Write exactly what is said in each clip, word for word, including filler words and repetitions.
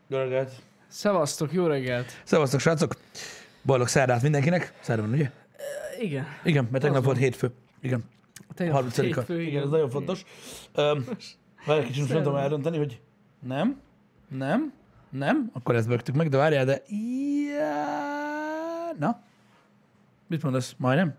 Jó reggelt. Szevasztok, jó reggelt. Szevasztok, srácok. Boldog szerdát mindenkinek. Szerda van, ugye? Igen. Igen, mert tegnap Az volt van. hétfő. Igen. Tegnap harmincadika. hétfő, Igen, ez nagyon fontos. Um, Várj egy kicsit, most nem tudom eldönteni, hogy nem, nem, nem, akkor ezt bögtük meg, de várjál, de... Ja... Na? Mit mondasz? Majdnem?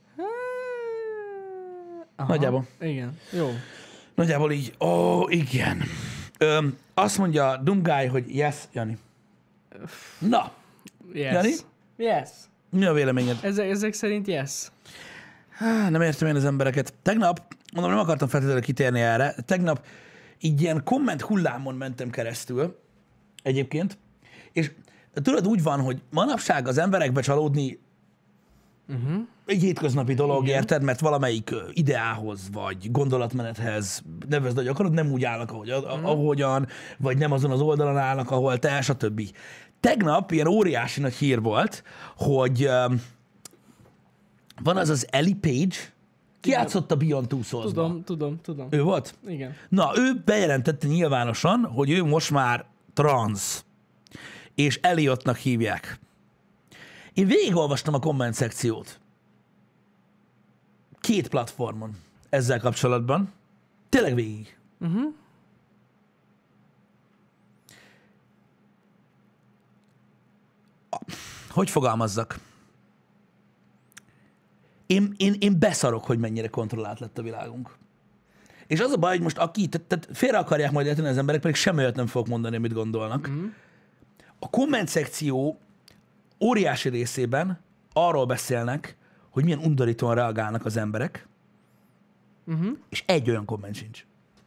Aha, Nagyjából. Igen, jó. Nagyjából így. Ó, oh, igen. Öm, azt mondja Dumguy, hogy yes, Jani. Na, Yes. Jani? Yes. mi a véleményed? Ezek, ezek szerint yes. Há, nem értem én az embereket. Tegnap, mondom, nem akartam feltétlenül kitérni erre, tegnap így ilyen komment hullámon mentem keresztül egyébként, és tudod, úgy van, hogy manapság az emberekbe csalódni Uh-huh. egy hétköznapi dolog, igen. Érted? Mert valamelyik ö, ideához, vagy gondolatmenethez, nevezd, hogy akarod, nem úgy állnak, ahogy, uh-huh. ahogyan, vagy nem azon az oldalon állnak, ahol te, stb. Tegnap ilyen óriási nagy hír volt, hogy ö, van az az Ellie Page, ki játszott a Beyond Two Souls-ba. Tudom, tudom, tudom. Ő volt? Igen. Na, ő bejelentette nyilvánosan, hogy ő most már trans, és Elliotnak hívják. Én végigolvastam a komment szekciót. Két platformon ezzel kapcsolatban. Tényleg végig. Uh-huh. Hogy fogalmazzak? Én, én, én beszarok, hogy mennyire kontrollált lett a világunk. És az a baj, hogy most aki, tehát, tehát félre akarják majd érteni az emberek, pedig semmi olyat nem fogok mondani, amit gondolnak. Uh-huh. A komment szekció óriási részében arról beszélnek, hogy milyen undorítóan reagálnak az emberek, Uh-huh. és egy olyan komment sincs.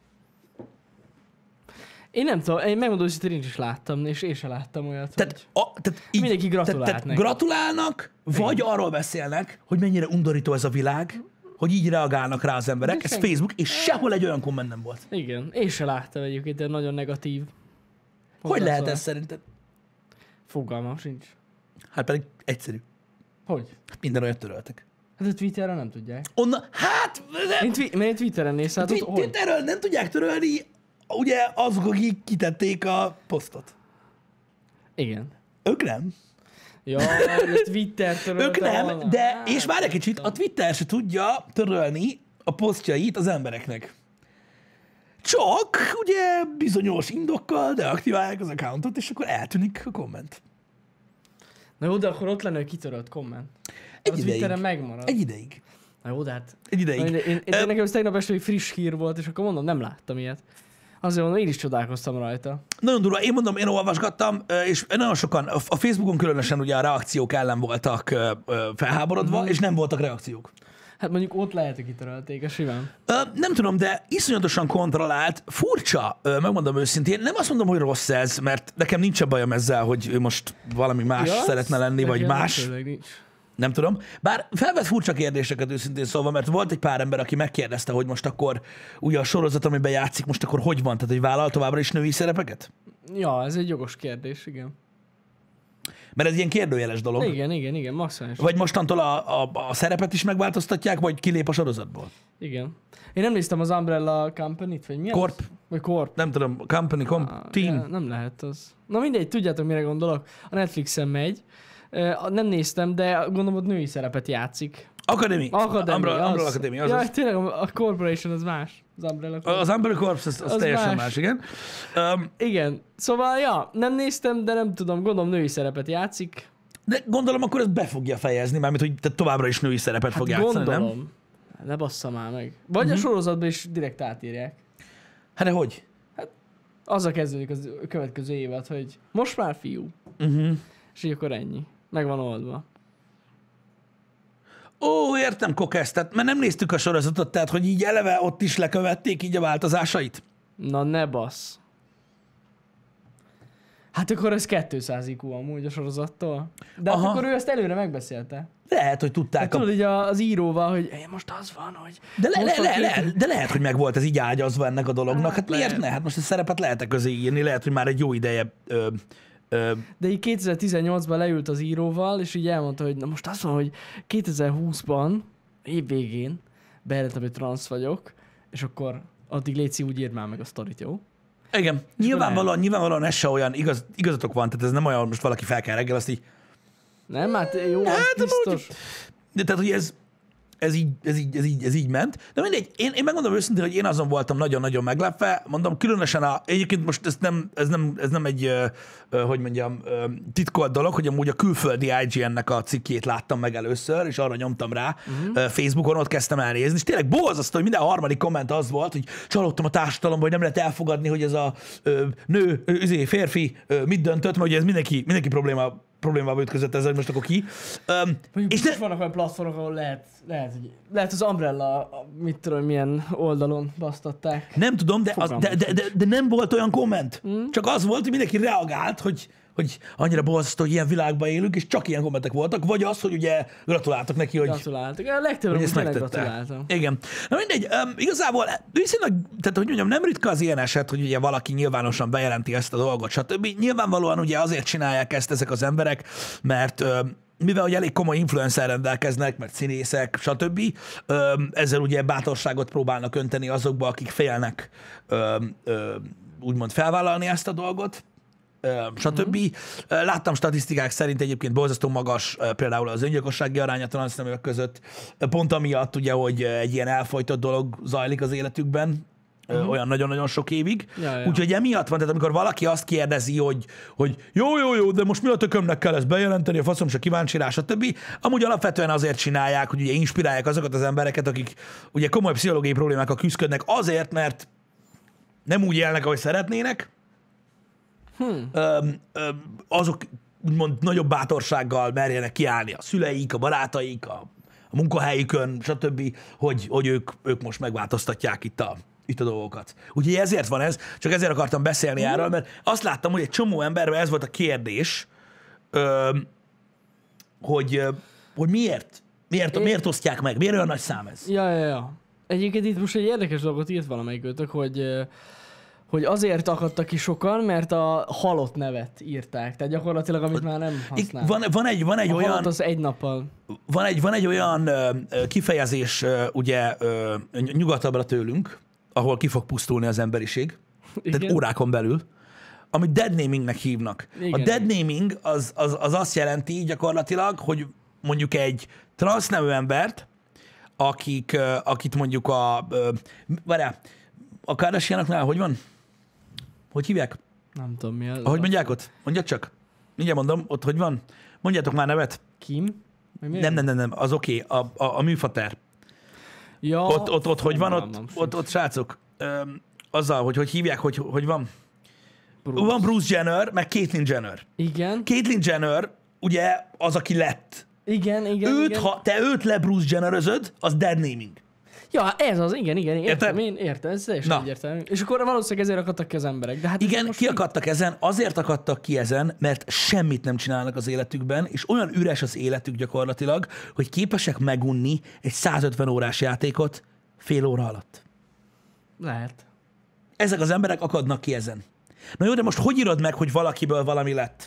Én nem tudom, én megmondom, hogy én is láttam, és én sem láttam olyat. Tehát, a, tehát így, Mindenki gratulált tehát, tehát neki. gratulálnak, vagy arról beszélnek, hogy mennyire undorító ez a világ, hogy így reagálnak rá az emberek. De Ez senki- Facebook, és sehol egy olyan komment nem volt. Igen, én sem láttam egyébként, de nagyon negatív. Hogy lehet hozzászólás. ez szerinted? Fogalmam sincs. Hát pedig egyszerű. Hogy? Hát minden olyat töröltek. Hát a Twitterre nem tudják. Onnan, hát... Én, twi- mert én Twitteren néztem, hát ott hogy? Twitterről nem tudják törölni, ugye azok, akik kitették a posztot. Igen. Ők nem. Ja, a Twitter törölte Ők nem, volna. de, Hát, és várj egy kicsit, a Twitter se tudja törölni a posztjait az embereknek. Csak ugye bizonyos indokkal deaktiválják az accountot, és akkor eltűnik a komment. Na jó, de akkor ott lenne, hogy kitörölt komment. Egy A ideig. Twitteren megmarad. Egy ideig. Na jó, de hát... Egy ideig. Én, én, én, Ö, nekem ez tegnap este egy friss hír volt, és akkor mondom, nem láttam ilyet. Azért mondom, én is csodálkoztam rajta. Nagyon durva. Én mondom, én olvasgattam, ö, és nagyon sokan, a a Facebookon különösen ugye a reakciók ellen voltak ö, ö, felháborodva, Mhm. és nem voltak reakciók. Hát mondjuk ott lehet, hogy kitörölték, a simán. Ö, nem tudom, de iszonyatosan kontrollált, furcsa, ö, megmondom őszintén, nem azt mondom, hogy rossz ez, mert nekem nincs bajom ezzel, hogy ő most valami más Ja, szeretne lenni, vagy nekem más, tényleg nincs. nem tudom. Bár felvet furcsa kérdéseket őszintén szólva, mert volt egy pár ember, aki megkérdezte, hogy most akkor ugye a sorozat, amiben játszik, most akkor hogy van? Tehát, hogy vállal továbbra is női szerepeket? Ja, ez egy jogos kérdés, igen. Mert ez ilyen kérdőjeles dolog. Igen, igen, igen, maximális. Vagy mostantól a, a, a szerepet is megváltoztatják, vagy kilép a sorozatból? Igen. Én nem néztem az Umbrella Company-t, vagy mi az? Corp. Vagy Corp. Nem tudom, company, comp, Ah, team. ja, nem lehet az. Na mindegy, tudjátok, mire gondolok. A Netflixen megy. Ö, Nem néztem, de gondolom, ott női szerepet játszik. Academy. Akadémia. Umbrella, az. Umbrella Academy. Az, Ja, az, tényleg a a Corporation az más. Az Umbrella Corp. az Umbrella Corps, az, az, Az teljesen más, más. más igen. Um, Igen. Szóval, ja, nem néztem, de nem tudom, gondolom női szerepet játszik. de gondolom, akkor ezt be fogja fejezni, mármint, hogy te továbbra is női szerepet fog játszani, nem? gondolom. Ne bassza már meg. Vagy uh-huh. a sorozatban is direkt átírják. Hát de hogy? Azzal kezdődik az a következő évad, hogy most már fiú. Uh-huh. És így akkor ennyi. Meg van oldva. Ó, értem, Kokesz, tehát mert nem néztük a sorozatot, tehát hogy így eleve ott is lekövették így a változásait? Na ne bassz. Hát akkor ez kétszáz i kú amúgy a sorozattól. De hát Aha. akkor ő ezt előre megbeszélte. Lehet, hogy Hát tudták. A... tudod így a- az íróval, hogy "Hey, most az van, hogy... De, le, most le, van le, két- le, de lehet, hogy meg volt ez így ágyazva ennek a dolognak. Hát, Hát miért lehet. ne? Hát most a szerepet lehet közé írni, lehet, hogy már egy jó ideje ö, ö, De így kétezer-tizennyolcban leült az íróval, és így elmondta, hogy na most az van, hogy kétezer-húszban, év végén bejelentem, hogy transz vagyok, és akkor addig létszi, úgy írd már meg a sztorit, jó? Igen, nyilvánvalóan, nyilvánvalóan ez se olyan, igaz, igazatok van, tehát ez nem olyan, most valaki fel kell reggel, azt így... Nem, hát jó, Hát, az biztos. De tehát, hogy ez, ez, így, ez, így, ez, így, ez így ment. De mindegy, én, én megmondom őszintén, hogy én azon voltam nagyon-nagyon meglepve. Mondom, különösen a, egyébként most ez nem, ez nem, ez nem egy, ö, ö, hogy mondjam, ö, titkolt dolog, hogy amúgy a külföldi I G N-nek a cikkét láttam meg először, és arra nyomtam rá uh-huh. Facebookon, ott kezdtem el nézni, és tényleg borzasztó, hogy minden harmadik komment az volt, hogy csalódtam a társadalomban, hogy nem lehet elfogadni, hogy ez a ö, nő, ö, férfi ö, mit döntött, mert ugye ez mindenki, mindenki probléma problémába ütközött ezzel, hogy most akkor ki. Um, és de... vannak olyan platformok, ahol lehet, lehet, hogy lehet az Umbrella, mit tudom, milyen oldalon basztatták. Nem tudom, de, az, de, de, de, de nem volt olyan komment. Mm. Csak az volt, hogy mindenki reagált, hogy, hogy annyira borzasztó, hogy ilyen világban élünk, és csak ilyen kommentek voltak, vagy az, hogy ugye gratuláltak neki, hogy... Gratuláltak. A legtöbben úgy tényleg gratuláltam. Igen. Na mindegy, um, igazából viszonylag, tehát hogy mondjam, nem ritka az ilyen eset, hogy ugye valaki nyilvánosan bejelenti ezt a dolgot, stb. Nyilvánvalóan ugye azért csinálják ezt ezek az emberek, mert um, mivel hogy elég komoly influencer rendelkeznek, mert színészek, stb. Um, ezzel ugye bátorságot próbálnak önteni azokba, akik félnek um, um, úgymond felvállalni ezt a dolgot, stb. Mm-hmm. Láttam statisztikák szerint egyébként borzasztó magas például az öngyilkossági aránya transzneműek között, pont amiatt ugye, hogy egy ilyen elfojtott dolog zajlik az életükben, uh-huh. olyan nagyon-nagyon sok évig. Ja, ja. Úgyhogy emiatt van, tehát amikor valaki azt kérdezi, hogy, hogy jó, jó, jó, de most mi a tökömnek kell ezt bejelenteni, a faszom se kíváncsi rá, stb. Amúgy alapvetően azért csinálják, hogy ugye inspirálják azokat az embereket, akik ugye komoly pszichológiai problémákkal küzdködnek azért, mert nem úgy élnek, ahogy szeretnének, Hmm. Öm, öm, azok úgymond nagyobb bátorsággal merjenek kiállni a szüleik, a barátaik, a, a munkahelyükön, stb., hogy, hogy ők, ők most megváltoztatják itt a, itt a dolgokat. Úgyhogy ezért van ez, csak ezért akartam beszélni hmm. erről, mert azt láttam, hogy egy csomó emberben ez volt a kérdés, öm, hogy, hogy miért? Miért, Én... miért osztják meg? Miért olyan nagy szám ez? Ja, ja, ja. Egyébként itt most egy érdekes dolgot írt valamelyikőtök, hogy hogy azért akadtak ki sokan, mert a halott nevet írták. Tehát gyakorlatilag, amit már nem használ. Van, van egy, van egy a olyan... halott az egy nappal. Van egy, van egy olyan ö, kifejezés, ö, ugye, ö, nyugatabbra tőlünk, ahol ki fog pusztulni az emberiség. Igen? Tehát órákon belül, amit deadnamingnek hívnak. Igen. A deadnaming az, az, az azt jelenti gyakorlatilag, hogy mondjuk egy transznemű embert, akik, akit mondjuk a... Várjál, a Kardashianoknál hogy van? Hogy hívják? Nem tudom mi az. Ahogy mondják ott? Mondjad csak. Mindjárt mondom, ott hogy van? Mondjátok már nevet. Kim? Nem, nem, nem, nem, az oké, okay. a, a, a műfater. Ja. Ott, ott, ott hogy van, ott, ott, ott srácok, öm, azzal, hogy hogy hívják, hogy hogy van. Bruce. Van Bruce Jenner, meg Caitlyn Jenner. Igen. Caitlyn Jenner, ugye az, aki lett. Igen, igen, őt, igen. Ha te őt le Bruce Jennerözöd, az deadnaming. Ja, ez az, igen, igen, értem, Érte? én értem, ez teljesen egyértelmű. És akkor valószínűleg ezért akadtak ki az emberek. De hát igen, kiakadtak ezen, azért akadtak ki ezen, mert semmit nem csinálnak az életükben, és olyan üres az életük gyakorlatilag, hogy képesek megunni egy százötven órás játékot fél óra alatt. Lehet. Ezek az emberek akadnak ki ezen. Na jó, de most hogy írod meg, hogy valakiből valami lett?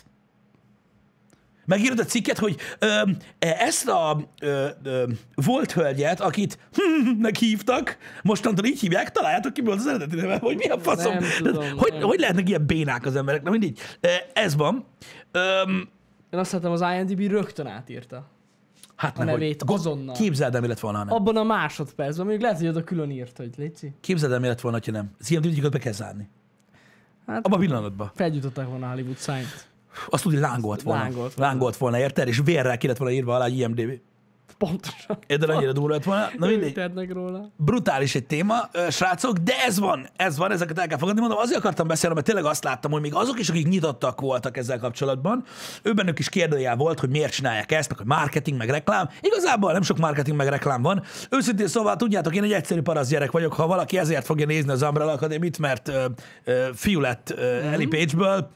Megírod a cikket, hogy ö, ezt a ö, ö, volt hölgyet, akit nek hívtak, mostantól így hívják, találjátok ki, mi volt az eredeti neve, hogy mi a faszom. Nem tudom, hogy, nem. hogy lehetnek ilyen bénák az emberek? Na mindig. Ez van. Öm, Én azt láttam, az I M D B rögtön átírta. Hát a nevét hogy, azonnal. Képzeld el, mi lett volna, nem. Abban a másodpercben, még lehet, hogy oda külön írt, hogy légy. Képzeld el, mi lett volna, ha nem. Az I M D B-t be kell zárni. Hát, abban a pillanatban. Felgyújtották volna a Hollywood Sign-t. Azt tudni, lángolt volna. Lángolt volna. Lángolt volna, érted? És vérrel ki lett volna írva alá I M D B. Pontosan. Érted, annyira durva lett volna. Na mindegy. Róla. Brutális egy téma, srácok, de ez van, ez van, ezeket el kell fogadni. Mondom, azért akartam beszélni, mert tényleg azt láttam, hogy még azok is, akik nyitottak voltak ezzel kapcsolatban, ő bennük is kérdőjel volt, hogy miért csinálják ezt, meg hogy marketing, meg reklám. Igazából nem sok marketing, meg reklám van. Őszintén szóval, tudjátok, én egy egyszerű parasz gyerek vagyok, ha valaki ezért fogja nézni az Umbrella Academy-t, mert ö, ö, fiú lett ö, mm-hmm. Ellie Page-ből,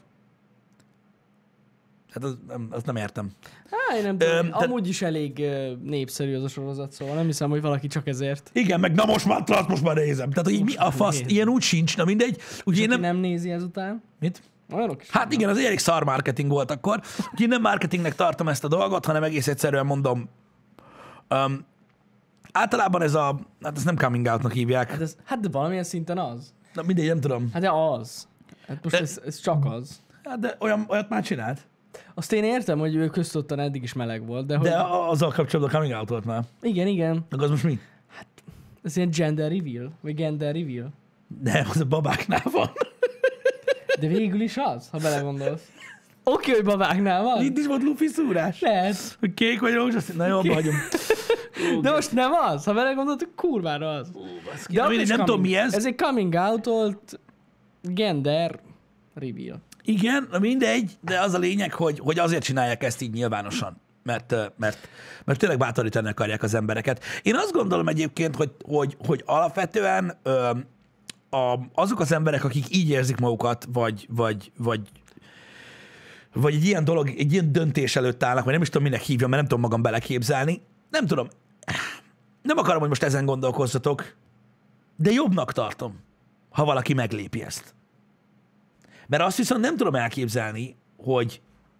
hát az, nem, azt nem értem. Há, én nem tudom. Öm, Amúgy te... is elég uh, népszerű az a sorozat, szóval nem hiszem, hogy valaki csak ezért. Igen, meg na most már, most, most már nézem. Tehát, hogy mi a fasz, nézem. Ilyen úgy sincs, na mindegy. Úgy én nem... nem nézi ezután? Mit? Olyanok is. Hát igen, az elég szar marketing volt akkor. Úgyhogy nem marketingnek tartom ezt a dolgot, hanem egész egyszerűen mondom. Um, általában ez a, hát ezt nem coming out-nak hívják. Hát, ez, hát de valamilyen szinten az. Na mindegy, nem tudom. Hát de az. Hát most de, ez, ez csak az. Hát de olyan, olyat már csinált. Azt én értem, hogy ő köztudottan eddig is meleg volt, de hogy... De azzal kapcsolatban coming out volt már. Igen, igen. Akkor az most mi? Hát, ez ilyen gender reveal, vagy gender reveal. Nem, az a babáknál van. De végül is az, ha belegondolsz. Oké, okay, hogy babáknál van. Itt is volt lufi szúrás. Lehet. Hogy kék vagy rózsaszín. Na jó, abba hagyom. De most nem az. Ha belegondolsz, kurvára az. Ó, baszki. De nem coming, tudom mi ez. Ez egy coming out-olt gender reveal. Igen, mindegy, de az a lényeg, hogy, hogy azért csinálják ezt így nyilvánosan. Mert, mert, mert tényleg bátorítani akarják az embereket. Én azt gondolom egyébként, hogy, hogy, hogy alapvetően ö, a, azok az emberek, akik így érzik magukat, vagy, vagy, vagy, vagy egy ilyen dolog, egy ilyen döntés előtt állnak, vagy nem is tudom, minek hívjam, mert nem tudom magam beleképzelni. Nem tudom. Nem akarom, hogy most ezen gondolkozzatok, de jobbnak tartom, ha valaki meglépi ezt. Mert azt viszont nem tudom elképzelni, hogy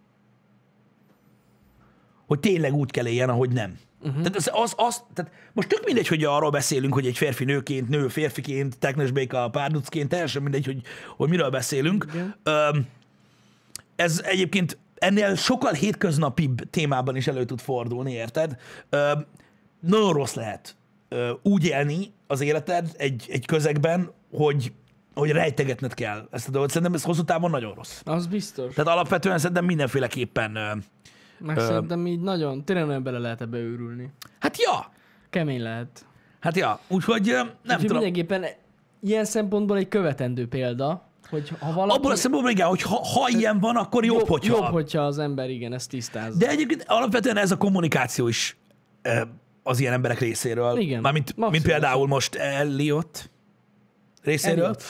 hogy tényleg úgy kell éljen, ahogy nem. Uh-huh. Tehát, az, az, az, tehát most tök mindegy, hogy arról beszélünk, hogy egy férfi nőként, nő férfiként, Teknős Béka párducként, teljesen mindegy, hogy, hogy miről beszélünk. Uh-huh. Ez egyébként ennél sokkal hétköznapibb témában is elő tud fordulni, érted? Nagyon rossz lehet úgy élni az életed egy, egy közegben, hogy hogy rejtegetned kell ezt a dolgot. Szerintem ez hosszú távon nagyon rossz. Az biztos. Tehát alapvetően szerintem mindenféleképpen... Meg ö, szerintem így nagyon, tényleg nagyon bele lehet ebbe őrülni. Hát ja. Kemény lehet. Hát ja, úgyhogy nem úgyhogy tudom. Mindenképpen ilyen szempontból egy követendő példa, hogy ha valaki... Abból a szempontból igen, hogy ha, ha ilyen van, akkor jobb, jobb, hogyha... Jobb, hogyha az ember igen, ezt tisztázza. De egyébként alapvetően ez a kommunikáció is az ilyen emberek részéről. Igen. Mármint mint például most Elliot részéről. Elliot.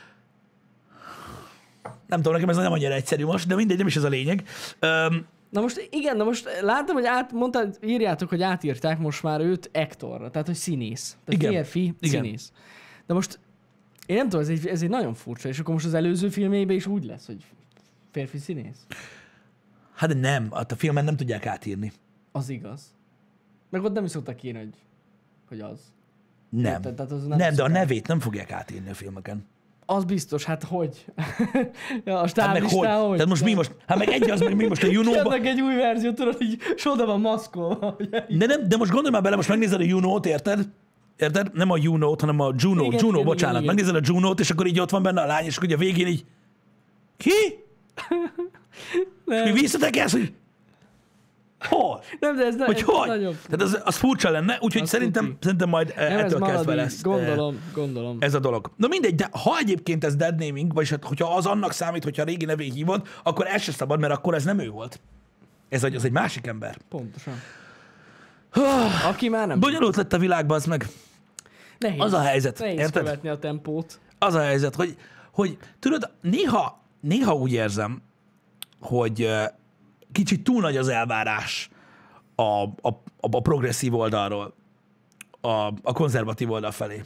Nem tudom, nekem ez nem annyira egyszerű most, de mindegy, nem is ez a lényeg. Um, Na most igen, na most láttam, hogy át, mondtad, írjátok, hogy átírták most már őt aktorra, tehát hogy színész. Tehát igen. férfi, igen. színész. De most én nem tudom, ez egy, ez egy nagyon furcsa, és akkor most az előző filmében is úgy lesz, hogy férfi színész? Hát de nem, a filmen nem tudják átírni. Az igaz. Meg ott nem is szoktak írni, hogy, hogy az. Nem. Tehát, tehát az nem, nem de a nevét nem fogják átírni a filmeken. Az biztos, hát hogy? Ja, a stáblistán hát meg hogy? hogy? Tehát most mi most? Hát meg egy az, meg mi most a Juno-ba... Kiadnak egy új verziót, tudod, így soda van maszkolva. De, nem, de most gondolj már bele, most megnézed a Juno-t, érted? Érted? Nem a Juno-t, hanem a Juno. Igen, Juno, igen, bocsánat. igen, megnézed a Juno-t, és akkor így ott van benne a lány, és akkor ugye a végén így... Ki? És mi visszatekelsz, hogy... Hol? Nem, de ez, hogy ez hogy? nagyobb. Tehát az, az furcsa lenne, úgyhogy szerintem, szerintem majd nem, ettől kezdve lesz gondolom, gondolom. ez a dolog. Na mindegy, de ha egyébként ez dead naming, vagyis hát, hogyha az annak számít, hogyha a régi nevén hívod, akkor ez se szabad, mert akkor ez nem ő volt. Ez az egy másik ember. Pontosan. Aki már nem... Bonyolult lett a világban, az meg. Nehéz. Az a helyzet. Nehéz érted? követni a tempót. Az a helyzet, hogy, hogy tudod, néha, néha úgy érzem, hogy kicsit túl nagy az elvárás a, a, a progresszív oldalról a, a konzervatív oldal felé.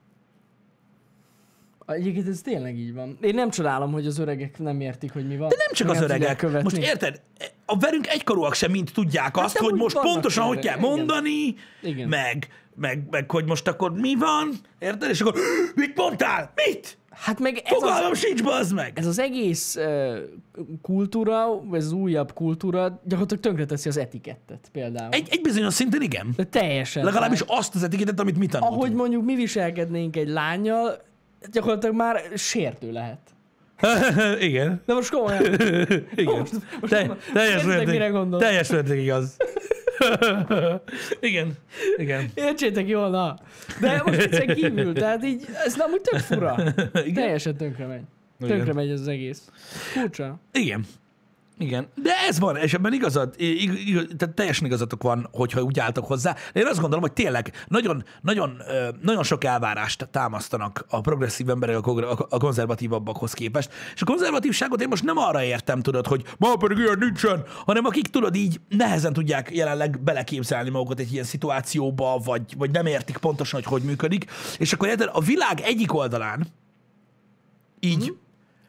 Egyébként ez tényleg így van. Én nem csodálom, hogy az öregek nem értik, hogy mi van. De nem csak az öregek. Most érted? A velünk egykorúak sem mind tudják azt, hát hogy most pontosan hogy kell mondani, igen. Meg, meg, meg hogy most akkor mi van, érted? És akkor mit mondtál? Mit? Hát meg ez Fogalmam az, sincs, bazd meg! Ez az egész uh, kultúra, vagy az újabb kultúra gyakorlatilag tönkreteszi az etikettet például. Egy, egy bizonyos szinten igen. De teljesen. Legalábbis tehát, azt az etikettet, amit mi tanultunk. Ahogy mondjuk mi viselkednénk egy lánnyal, gyakorlatilag már sértő lehet. Igen. De most komolyan. Igen. Most, most Te, teljes mértékig teljes mérték igaz. Igen. Igen. Értsétek jól, na. De most egyszer kívül, tehát így, ez nem úgy tök fura. Igen? Teljesen tönkre megy. Tönkre megy ez az egész. Furcsa. Igen. Igen. De ez van, és ebben igazad, igaz, igaz, tehát teljesen igazatok van, hogyha úgy álltok hozzá. De én azt gondolom, hogy tényleg nagyon, nagyon, nagyon sok elvárást támasztanak a progresszív emberek a konzervatívabbakhoz képest. És a konzervatívságot én most nem arra értem, tudod, hogy ma pedig ilyen nincsen, hanem akik, tudod, így nehezen tudják jelenleg beleképzelni magukat egy ilyen szituációba, vagy, vagy nem értik pontosan, hogy hogy működik. És akkor érted, a világ egyik oldalán így mm.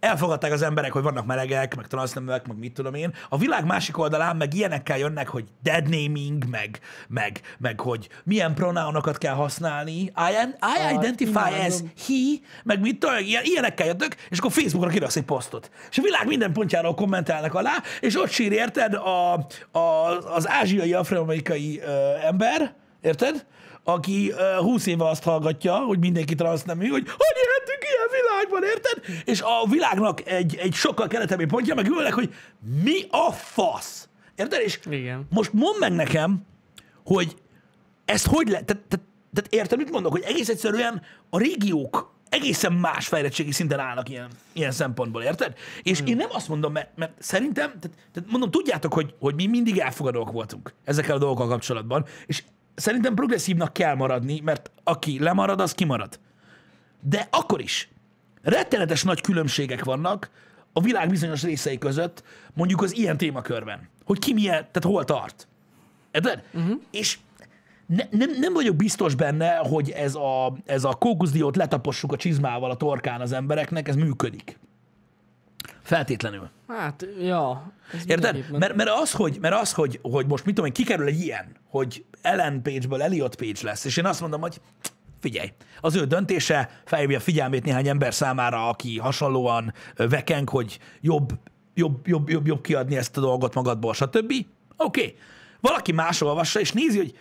elfogadták az emberek, hogy vannak melegek, meg transzneműek, meg mit tudom én. A világ másik oldalán meg ilyenekkel jönnek, hogy dead naming, meg, meg, meg hogy milyen pronounokat kell használni. I, I identify ah, as he, meg mit tudom, ilyen, ilyenekkel jöttök, és akkor Facebookra kiraksz egy posztot. És a világ minden pontjáról kommentálnak alá, és ott sír, érted, a, a, az ázsiai, afroamerikai uh, ember, érted? Aki uh, húsz éve azt hallgatja, hogy mindenki transznemű, hogy hogy élhetünk ilyen világban, érted? És a világnak egy, egy sokkal keletebbi pontja, meg ülnek, hogy mi a fasz? Érted? És igen. Most mondd meg nekem, hogy ezt hogy lehet, tehát te, te, te érted, mit mondok, hogy egész egyszerűen a régiók egészen más fejlettségi szinten állnak ilyen, ilyen szempontból, érted? És mm. én nem azt mondom, mert, mert szerintem, tehát, tehát mondom, tudjátok, hogy, hogy mi mindig elfogadók voltunk ezekkel a dolgokkal kapcsolatban, és szerintem progresszívnak kell maradni, mert aki lemarad, az kimarad. De akkor is rettenetes nagy különbségek vannak a világ bizonyos részei között, mondjuk az ilyen témakörben. Hogy ki milyen, tehát hol tart. Érted? Uh-huh. És ne, nem, nem vagyok biztos benne, hogy ez a, ez a kókuszdiót letapossuk a csizmával a torkán az embereknek, ez működik. Feltétlenül. Hát, ja. Érted? Mert, mert az, hogy, mert az hogy, hogy most mit tudom én, kikerül egy ilyen, hogy Ellen Page-ből Elliot Page lesz, és én azt mondom, hogy figyelj, az ő döntése felhívja a figyelmét néhány ember számára, aki hasonlóan vekeng, hogy jobb, jobb, jobb, jobb, jobb kiadni ezt a dolgot magadból, stb. Oké. Okay. Valaki más olvassa, és nézi, hogy,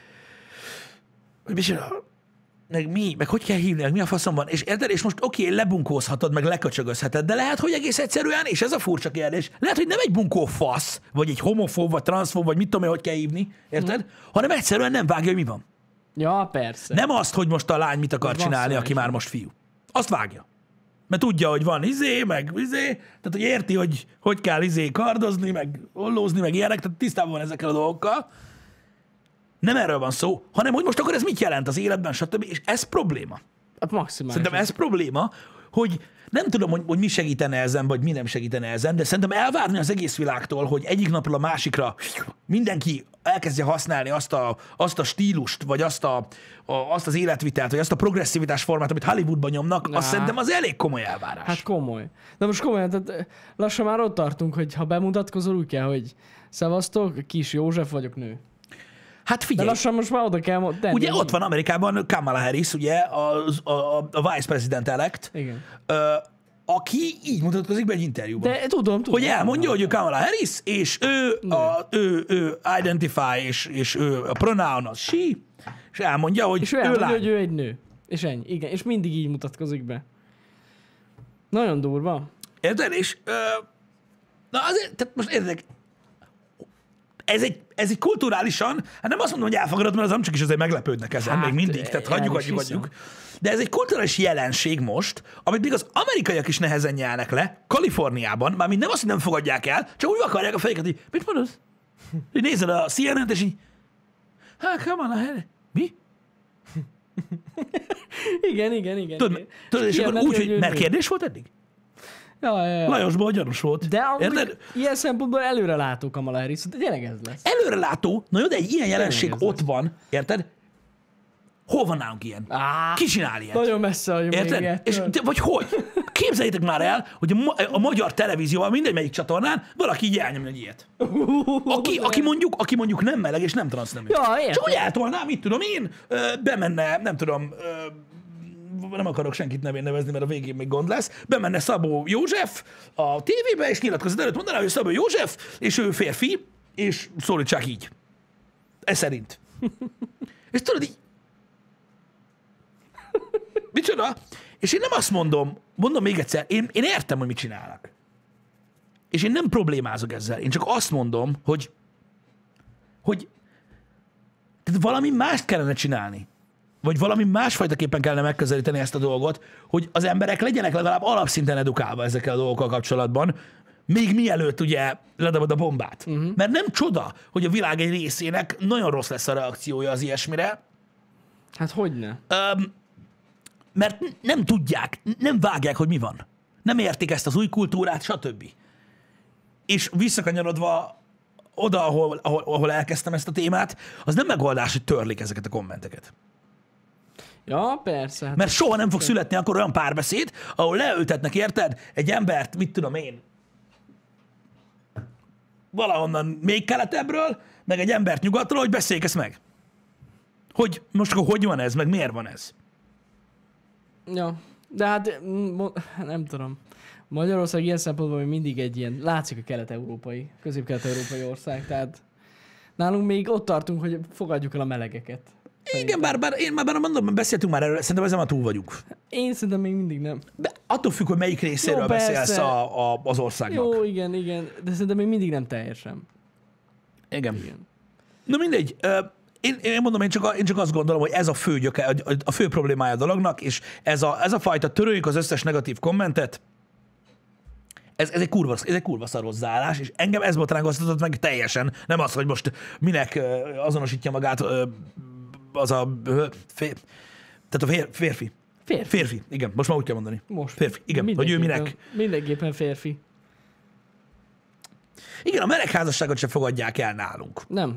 hogy mi csinál, meg mi, meg hogy kell hívni, meg mi a faszom van, és érted, és most oké, okay, lebunkózhatod, meg leköcsögözheted, de lehet, hogy egész egyszerűen, és ez a furcsa kérdés, lehet, hogy nem egy bunkó fasz, vagy egy homofób, vagy transzfób, vagy mit tudom én, hogy kell hívni, érted, mm. hanem egyszerűen nem vágja, hogy mi van. Ja, persze. Nem azt, hogy most a lány mit akar ez csinálni, aki már most fiú. Azt vágja. Mert tudja, hogy van izé, meg izé, tehát hogy érti, hogy hogy kell izé kardozni, meg ollózni, meg ilyenek, tehát tisztában van ezekkel a dolgokkal. Nem erről van szó, hanem hogy most akkor ez mit jelent az életben, stb. És ez probléma. Hát maximális. Szerintem ez probléma, hogy nem tudom, hogy, hogy mi segítene ezen, vagy mi nem segítene ezen, de szerintem elvárni az egész világtól, hogy egyik napról a másikra mindenki elkezdje használni azt a, azt a stílust, vagy azt, a, a, azt az életvitelt, vagy azt a progresszivitás formát, amit Hollywoodban nyomnak, azt szerintem az elég komoly elvárás. Hát komoly. De most komolyan, tehát lassan már ott tartunk, hogy ha bemutatkozol, úgy kell, hogy szevasztok, Kis József vagyok, nő. Hát figyelj. De lassan most már oda kell tenni. Ugye ott van Amerikában Kamala Harris, ugye, a, a, a vice president elect, igen. Ö, aki így mutatkozik be egy interjúban. De tudom, tudom. Hogy elmondja, hogy ő Kamala Harris, és ő, a, ő, ő identify, és, és ő a pronoun az she, és elmondja, hogy és ő, ő elmondja, lány. hogy ő egy nő. És ennyi. Igen, és mindig így mutatkozik be. Nagyon durva. Érted? És ö, na azért, tehát most érted, ez egy, ez egy kulturálisan, hát nem azt mondom, hogy elfogadott, mert az amcsik is azért meglepődnek ezen, hát, még mindig, tehát hagyjuk, hagyjuk, hagyjuk. De ez egy kulturális jelenség most, amit még az amerikaiak is nehezen nyelnek le, Kaliforniában, mármint nem azt, hogy nem fogadják el, csak úgy vakarják a fejüket, hogy mit mondasz? Így nézed a C N N-t, és így, hát, come on, hát, mi? igen, igen, igen. Tudod, igen. tudod és, és akkor úgy, hogy, mert kérdés volt eddig? Ja, ja, ja. Lajosból gyanús volt. De amúgy ilyen szempontból előrelátó Kamala Harris, de tényleg ez lesz. Előrelátó? Na jó, de egy ilyen jelenség ott lesz. Van, érted? Hol van nálunk ilyen? Á, ki csinál ilyet? Nagyon messze vagyunk. Érted? És, vagy hogy? Képzeljétek már el, hogy a, ma, a magyar televízióval mindegy melyik csatornán valaki így elnyomja egy ilyet. Aki, aki, mondjuk, aki mondjuk nem meleg és nem transznemű. Ja, csak úgy eltolná, mit tudom én, bemenne, nem tudom, nem akarok senkit nevén nevezni, mert a végén még gond lesz, bemenne Szabó József a tévébe, és nyilatkozat előtt mondaná, hogy Szabó József, és ő férfi, és szólítsák így. Ez szerint. És tudod így, micsoda? És én nem azt mondom, mondom még egyszer, én, én értem, hogy mit csinálnak. És én nem problémázok ezzel. Én csak azt mondom, hogy, hogy tehát valami mást kellene csinálni. Vagy valami másfajtaképpen kellene megközelíteni ezt a dolgot, hogy az emberek legyenek legalább alapszinten edukálva ezekkel a dolgokkal kapcsolatban, még mielőtt ugye ledobod a bombát. Uh-huh. Mert nem csoda, hogy a világ egy részének nagyon rossz lesz a reakciója az ilyesmire. Hát hogyne? Um, mert nem tudják, nem vágják, hogy mi van. Nem értik ezt az új kultúrát, stb. És visszakanyarodva oda, ahol, ahol, ahol elkezdtem ezt a témát, az nem megoldás, hogy törlik ezeket a kommenteket. Ja, persze. Hát Mert soha nem fog születni akkor olyan párbeszéd, ahol leültetnek, érted, egy embert, mit tudom én, valahonnan még keletebbről, meg egy embert nyugatról, hogy beszéljük ezt meg. Hogy most akkor hogy van ez, meg miért van ez? Ja, de hát mo- nem tudom. Magyarország ilyen szempontból még mindig egy ilyen, látszik a kelet-európai, közép-kelet-európai ország, tehát nálunk még ott tartunk, hogy fogadjuk el a melegeket. Igen, bár, bár én már bár mondom, beszéltünk már erről, szerintem ezen már túl vagyunk. Én szerintem még mindig nem. De attól függ, hogy melyik részéről Jó, beszélsz a, a, az országnak. Jó, igen, igen, de szerintem még mindig nem teljesen. Igen. Igen. Na mindegy. Én, én mondom, én csak, én csak azt gondolom, hogy ez a fő, gyöke, a, a fő problémája a dolognak, és ez a, ez a fajta törőjük az összes negatív kommentet, ez, ez, egy kurva, ez egy kurva szar hozzáállás, és engem ez botránkoztatott meg teljesen. Nem az, hogy most minek azonosítja magát az a fér, tehát a fér, férfi. Férfi. Férfi, igen, most már úgy kell mondani. Most. Férfi, igen, hogy ő minek. Mindenképpen férfi. Igen, a melegházasságot sem fogadják el nálunk. Nem.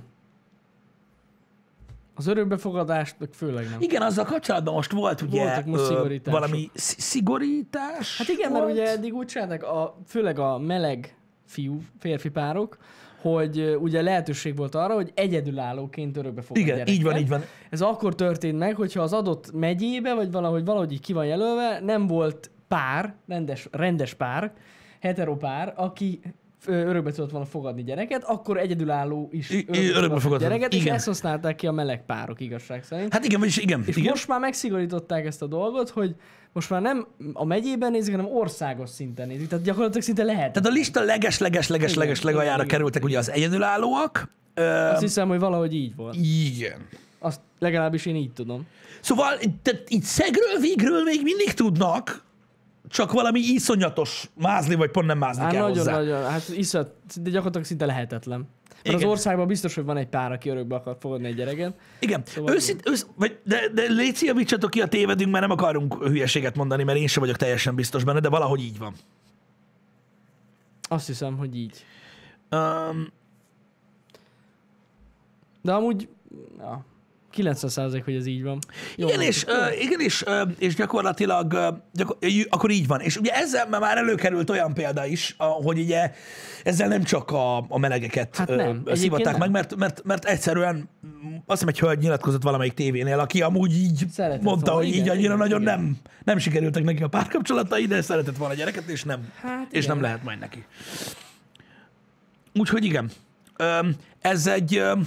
Az örökbefogadást meg főleg nem. Igen, azzal kapcsolatban most volt ugye Voltak most ö, valami sz- szigorítás. Hát igen, volt? mert ugye eddig úgy csinálták, a, főleg a meleg fiú, férfi párok, hogy uh, ugye lehetőség volt arra, hogy egyedülállóként örökbe fog Igen, a gyereket. így van, így van. Ez akkor történt meg, hogyha az adott megyébe, vagy valahogy, valahogy így ki van jelölve, nem volt pár, rendes, rendes pár, heteropár, aki örökbe tudott volna fogadni gyereket, akkor egyedülálló is I- örökbe, örökbe fogadni gyereket, igen. és ezt használták ki a meleg párok igazság szerint. Hát igen, vagyis igen. És igen. most már megszigorították ezt a dolgot, hogy most már nem a megyében nézik, hanem országos szinten nézik. Tehát gyakorlatilag szinte lehet. Tehát a lista leges-leges-leges-leges Igen, legaljára igen, kerültek igen. ugye az egyedülállóak. Ö, Azt hiszem, hogy valahogy így volt. igen. Azt legalábbis én így tudom. Szóval tehát itt szegről, végről még mindig tudnak, csak valami iszonyatos mázli, vagy pont nem mázni Hát kell nagyon, hozzá. nagyon, hát iszonyat, de gyakorlatilag szinte lehetetlen. Mert Igen. az országban biztos, hogy van egy pár, aki örökbe akar fogadni egy gyereket. Igen, Szóval őszint, ősz, vagy, de, de légy javítsatok ki a tévedünk, mert nem akarunk hülyeséget mondani, mert én sem vagyok teljesen biztos benne, de valahogy így van. Azt hiszem, hogy így. Um, De amúgy, ja, kilencven százalék, hogy ez így van. Jó, igen, van. és, uh, igen és, uh, és gyakorlatilag uh, gyakor- akkor így van. És ugye ezzel már előkerült olyan példa is, a, hogy ugye ezzel nem csak a, a melegeket Hát uh, nem, szivatták egyébként meg, mert, mert, mert egyszerűen mm, azt hiszem, egy hölgy nyilatkozott valamelyik tévénél, aki amúgy így Szeretett mondta, volna, hogy igen, így annyira igen, nagyon igen. nem, nem sikerültek neki a párkapcsolatai, de szeretett volna gyereket, és nem, Hát és igen. nem lehet majd neki. Úgyhogy igen, Öm, ez egy, öm,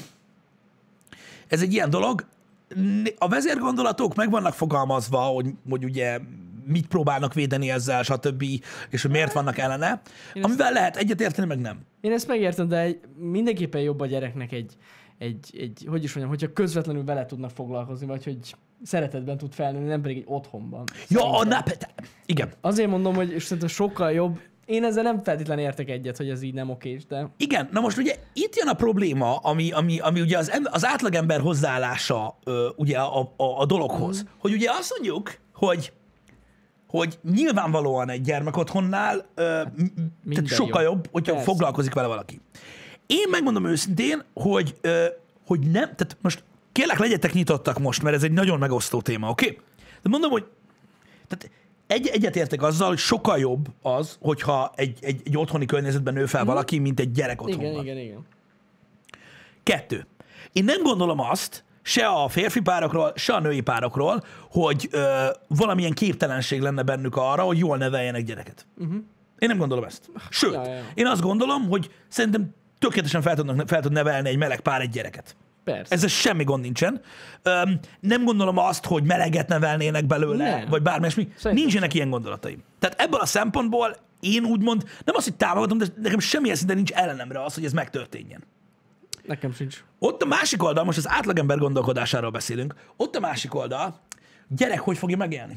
ez egy ilyen dolog. A vezérgondolatok meg vannak fogalmazva, hogy, hogy ugye mit próbálnak védeni ezzel, stb. És hogy miért vannak ellene, Én amivel lehet egyetérteni, meg nem. Én ezt megértem, de egy, mindenképpen jobb a gyereknek egy, egy, egy, hogy is mondjam, hogyha közvetlenül vele tudnak foglalkozni, vagy hogy szeretetben tud felnőni, nem pedig egy otthonban. Ja, a Szerintem. nap... Igen. Azért mondom, hogy és szerintem sokkal jobb. Én ezzel nem feltétlenül értek egyet, hogy ez így nem okés, de... Igen, na most ugye itt jön a probléma, ami, ami, ami ugye az, em- az átlagember hozzáállása ö, ugye a, a, a dologhoz. Mm. Hogy ugye azt mondjuk, hogy hogy nyilvánvalóan egy gyermek otthonnál ö, m- tehát sokkal jobb. jobb, hogyha Persze. foglalkozik vele valaki. Én megmondom őszintén, hogy, ö, hogy nem, tehát most kérlek, legyetek nyitottak most, mert ez egy nagyon megosztó téma, oké? Okay? De mondom, hogy tehát egy, egyetértek azzal, hogy sokkal jobb az, hogyha egy, egy, egy otthoni környezetben nő fel valaki, mint egy gyerek otthonban. Igen, igen, igen. Kettő. Én nem gondolom azt, se a férfi párokról, se a női párokról, hogy ö, valamilyen képtelenség lenne bennük arra, hogy jól neveljenek gyereket. Uh-huh. Én nem gondolom ezt. Sőt, Ja, ja, ja. én azt gondolom, hogy szerintem tökéletesen fel, tudnak, fel tud nevelni egy meleg pár egy gyereket. Persze. Ezzel semmi gond nincsen. Öm, nem gondolom azt, hogy meleget nevelnének belőle, Nem. vagy bármi ilyesmi. Nincsenek ilyen gondolataim. Tehát ebből a szempontból én úgymond, nem azt, hogy támogatom, de nekem semmilyen szinten nincs ellenemre az, hogy ez megtörténjen. Nekem sincs. Ott a másik oldal, most az átlagember gondolkodásáról beszélünk, ott a másik oldal, gyerek hogy fogja megélni?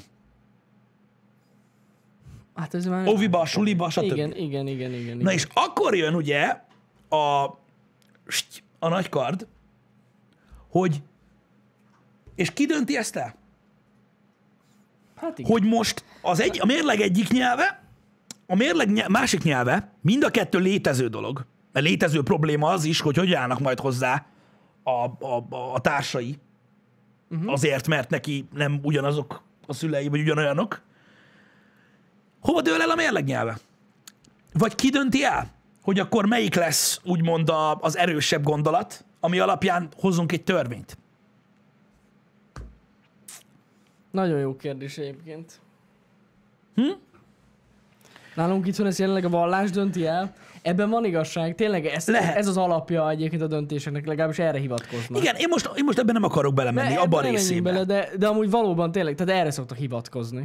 Hát ez már... Oviba, suliba, stb. Igen, igen, igen, igen. Na igen. és akkor jön ugye a, a nagy kard, hogy és ki dönti ezt el? Hát igen. Hogy most az egy, a mérleg egyik nyelve, a mérleg nyelv, másik nyelve, mind a kettő létező dolog, mert létező probléma az is, hogy hogy állnak majd hozzá a, a, a, a társai uh-huh. azért, mert neki nem ugyanazok a szülei, vagy ugyanolyanok. Hova dől el a mérleg nyelve? Vagy ki dönti el, hogy akkor melyik lesz úgymond a, az erősebb gondolat, ami alapján hozzunk egy törvényt? Nagyon jó kérdés egyébként. Hm? Nálunk itthon ez jelenleg a vallás dönti el. Ebben van igazság. Tényleg ez, ez az alapja egyébként a döntéseknek, legalábbis erre hivatkoznak. Igen, én most, én most ebben nem akarok belemenni, de abban a részében. Bele, de, de amúgy valóban tényleg, tehát erre szoktak hivatkozni.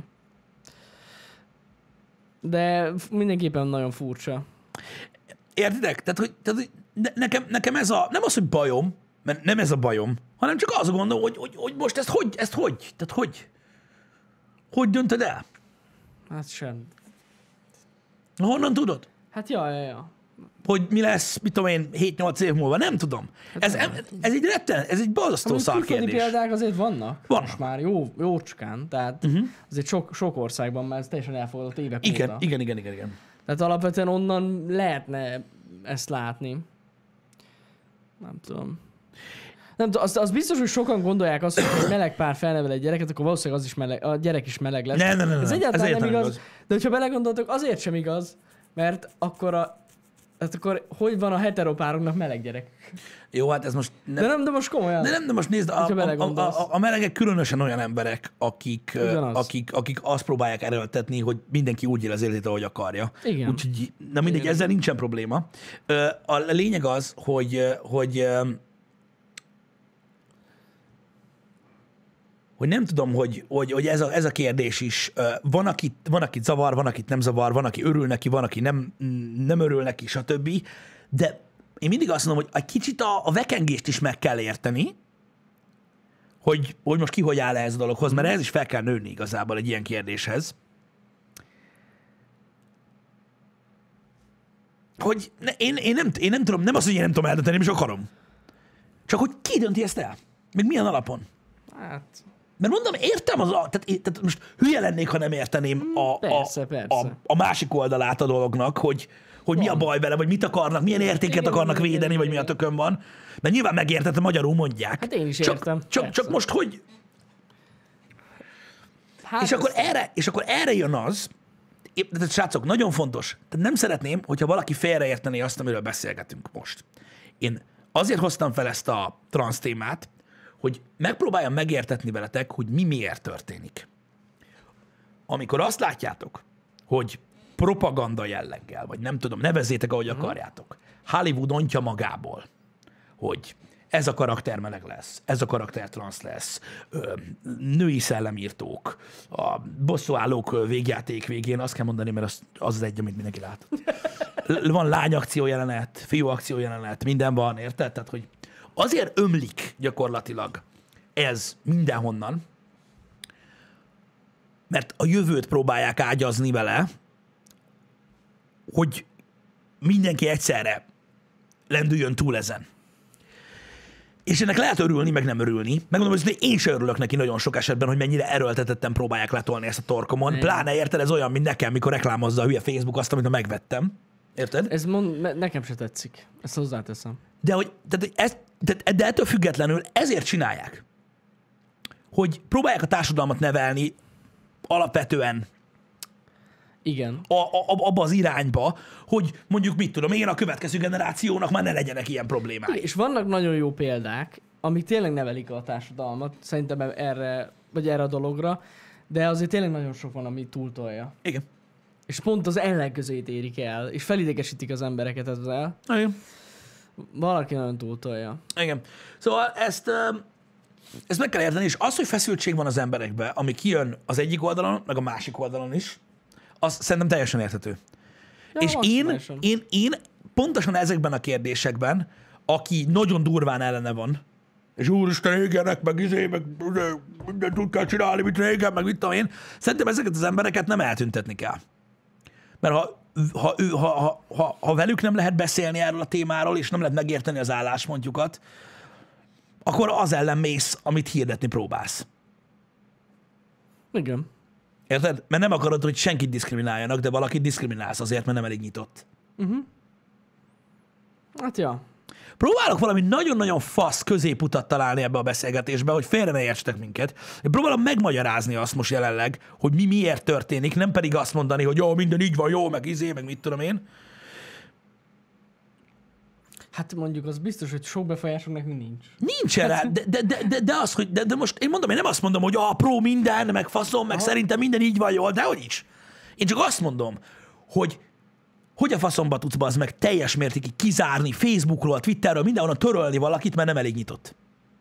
De mindenképpen nagyon furcsa. Értitek? Tehát, hogy, tehát, hogy ne, nekem, nekem ez a, nem az, hogy bajom, mert nem ez a bajom, hanem csak az a gondom, hogy, hogy, hogy most ezt hogy, ezt hogy? Tehát hogy? Hogy döntöd el? Hát sem. Honnan tudod? Hát ja, ja, ja. Hogy mi lesz, mit tudom én, hét-nyolc év múlva, nem tudom. Hát ez, ez, ez egy retten, ez egy balzasztó szarkérdés. Példák azért vannak. Vannak. Most már jó, jócskán, tehát uh-huh. azért sok, sok országban már ez teljesen elfogadott évek igen, óta. Igen, igen, igen, igen. Tehát alapvetően onnan lehetne ezt látni. Nem tudom. Nem tudom, az, az biztos, hogy sokan gondolják azt, hogy egy meleg pár felnevel egy gyereket, akkor valószínűleg az is meleg, a gyerek is meleg lesz. Ne, ne, ne, ez ne. egyáltalán ez nem igaz, igaz. De hogyha belegondoltok, azért sem igaz, mert akkor a hát akkor hogy van a heteropároknak meleg gyerek? Jó, hát ez most... Nem, de nem, de most komolyan. De nem, de most nézd, a, a, a, a, a melegek különösen olyan emberek, akik, akik, akik azt próbálják erőltetni, hogy mindenki úgy él az életét, ahogy akarja. Igen. Úgyhogy, na mindegy, Igen. ezzel nincsen probléma. A lényeg az, hogy, hogy hogy nem tudom, hogy, hogy, hogy ez, a, ez a kérdés is, van akit, van, akit zavar, van, akit nem zavar, van, aki örül neki, van, aki nem, nem örül neki, stb. De én mindig azt mondom, hogy egy kicsit a, a vekengést is meg kell érteni, hogy, hogy most ki hogy áll ehhez a dologhoz, mert ez is fel kell nőni igazából egy ilyen kérdéshez. Hogy ne, én, én, nem, én nem tudom, nem az, hogy én nem tudom eldönteni, nem is akarom. Csak hogy ki dönti ezt el? Még milyen alapon? Hát... Mert mondom, értem az, a, tehát, tehát most hülye lennék, ha nem érteném a, persze, a, persze. a, a másik oldalát a dolognak, hogy, hogy mi a baj vele, vagy mit akarnak, milyen értéket igen, akarnak igen, védeni, igen, vagy igen. mi a tökön van. Mert nyilván megértettem, magyarul mondják. Hát én is csak, értem. Csak, csak most, hogy... Hát és, akkor erre, és akkor erre jön az, tehát srácok, nagyon fontos, tehát nem szeretném, hogyha valaki félreértené azt, amiről beszélgetünk most. Én azért hoztam fel ezt a transz témát, hogy megpróbáljam megértetni veletek, hogy mi miért történik. Amikor azt látjátok, hogy propaganda jelleggel, vagy nem tudom, nevezzétek, ahogy hmm. akarjátok, Hollywood ontja magából, hogy ez a karakter meleg lesz, ez a karakter transz lesz, női szellemírtók, a bosszúállók végjáték végén, azt kell mondani, mert az az, az egy, amit mindenki lát. Van lányakció jelenet, fiúakció jelenet, minden van, érted? Tehát, hogy azért ömlik gyakorlatilag ez mindenhonnan, mert a jövőt próbálják ágyazni vele, hogy mindenki egyszerre lendüljön túl ezen. És ennek lehet örülni, meg nem örülni. Megmondom, hogy én sem örülök neki nagyon sok esetben, hogy mennyire erőltetetten próbálják letolni ezt a torkomon. Mm. Pláne érted, ez olyan, mint nekem, mikor reklámozza a hülye Facebook azt, amit megvettem. Érted? Ez mond, nekem se tetszik. Ezt hozzáteszem. De, hogy, tehát, ez, de, de ettől függetlenül ezért csinálják, hogy próbálják a társadalmat nevelni alapvetően igen. A, a, abba az irányba, hogy mondjuk mit tudom, én a következő generációnak már ne legyenek ilyen problémái. És vannak nagyon jó példák, amik tényleg nevelik a társadalmat, szerintem erre, vagy erre a dologra, de azért tényleg nagyon sok van, ami túltolja. Igen. És pont az ellenkezőjét érik el, és felidegesítik az embereket ezzel. Igen. Valaki nagyon túltolja. Igen. Szóval ezt, ezt meg kell érteni, és az, hogy feszültség van az emberekben, ami kijön az egyik oldalon, meg a másik oldalon is, az szerintem teljesen érthető. Ja, és én, én, én pontosan ezekben a kérdésekben, aki nagyon durván ellene van, és úristen, égenek, meg izé, meg mindent úgy kell csinálni, mint régen, meg mit tudom én, szerintem ezeket az embereket nem eltüntetni kell. Mert ha, ha, ő, ha, ha, ha, ha velük nem lehet beszélni erről a témáról, és nem lehet megérteni az álláspontjukat, akkor az ellen mész, amit hirdetni próbálsz. Igen. Érted? Mert nem akarod, hogy senkit diszkrimináljanak, de valakit diszkriminálsz azért, mert nem elég nyitott. Uh-huh. Hát ja. Próbálok valami nagyon-nagyon fasz középutat találni ebbe a beszélgetésbe, hogy félre ne értsetek minket. Én próbálom megmagyarázni azt most jelenleg, hogy mi miért történik, nem pedig azt mondani, hogy jó, minden így van, jó, meg izé, meg mit tudom én. Hát mondjuk az biztos, hogy sok befolyásunk nekünk nincs. Nincsen rá, de, de, de, de, de, az, hogy, de, de most én mondom, én nem azt mondom, hogy a pró minden, meg faszom, meg Aha. szerintem minden így van jól, de hogy is. Én csak azt mondom, hogy hogy a faszomba tudsz bazd meg teljes mértékig kizárni Facebookról, Twitterről, mindenhonnan törölni valakit, mert nem elég nyitott.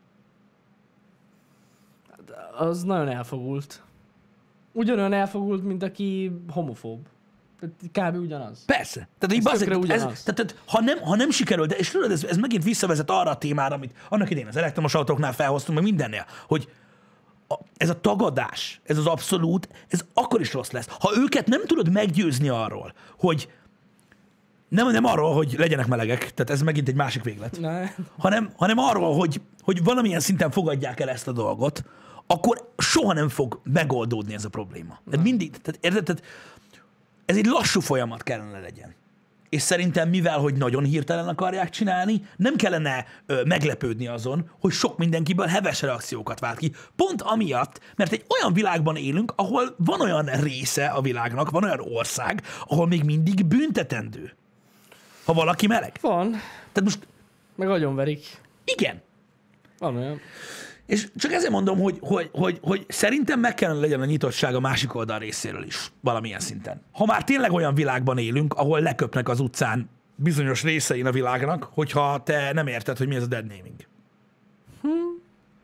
Az nagyon elfogult. Ugyanolyan elfogult, mint aki homofób. Kb. Ugyanaz. Persze. Tehát, ez tökre ugyanaz. Ez, tehát, tehát ha, nem, ha nem sikerül, de és tudod, ez, ez megint visszavezet arra a témára, amit annak idején az elektromos autóknál felhoztunk, meg mindennél, hogy a, ez a tagadás, ez az abszolút, ez akkor is rossz lesz. Ha őket nem tudod meggyőzni arról, hogy nem, nem arról, hogy legyenek melegek, tehát ez megint egy másik véglet, hanem, hanem arról, hogy, hogy valamilyen szinten fogadják el ezt a dolgot, akkor soha nem fog megoldódni ez a probléma. Tehát mindig, tehát, érted, tehát ez egy lassú folyamat kellene legyen. És szerintem, mivel, hogy nagyon hirtelen akarják csinálni, nem kellene ö, meglepődni azon, hogy sok mindenkiből heves reakciókat vált ki. Pont amiatt, mert egy olyan világban élünk, ahol van olyan része a világnak, van olyan ország, ahol még mindig büntetendő, ha valaki meleg. Van. Tehát most... Meg agyonverik. Igen. Van olyan. És csak ezért mondom, hogy, hogy, hogy, hogy szerintem meg kellene legyen a nyitottság a másik oldal részéről is, valamilyen szinten. Ha már tényleg olyan világban élünk, ahol leköpnek az utcán bizonyos részein a világnak, hogyha te nem érted, hogy mi ez a dead naming. Hmm.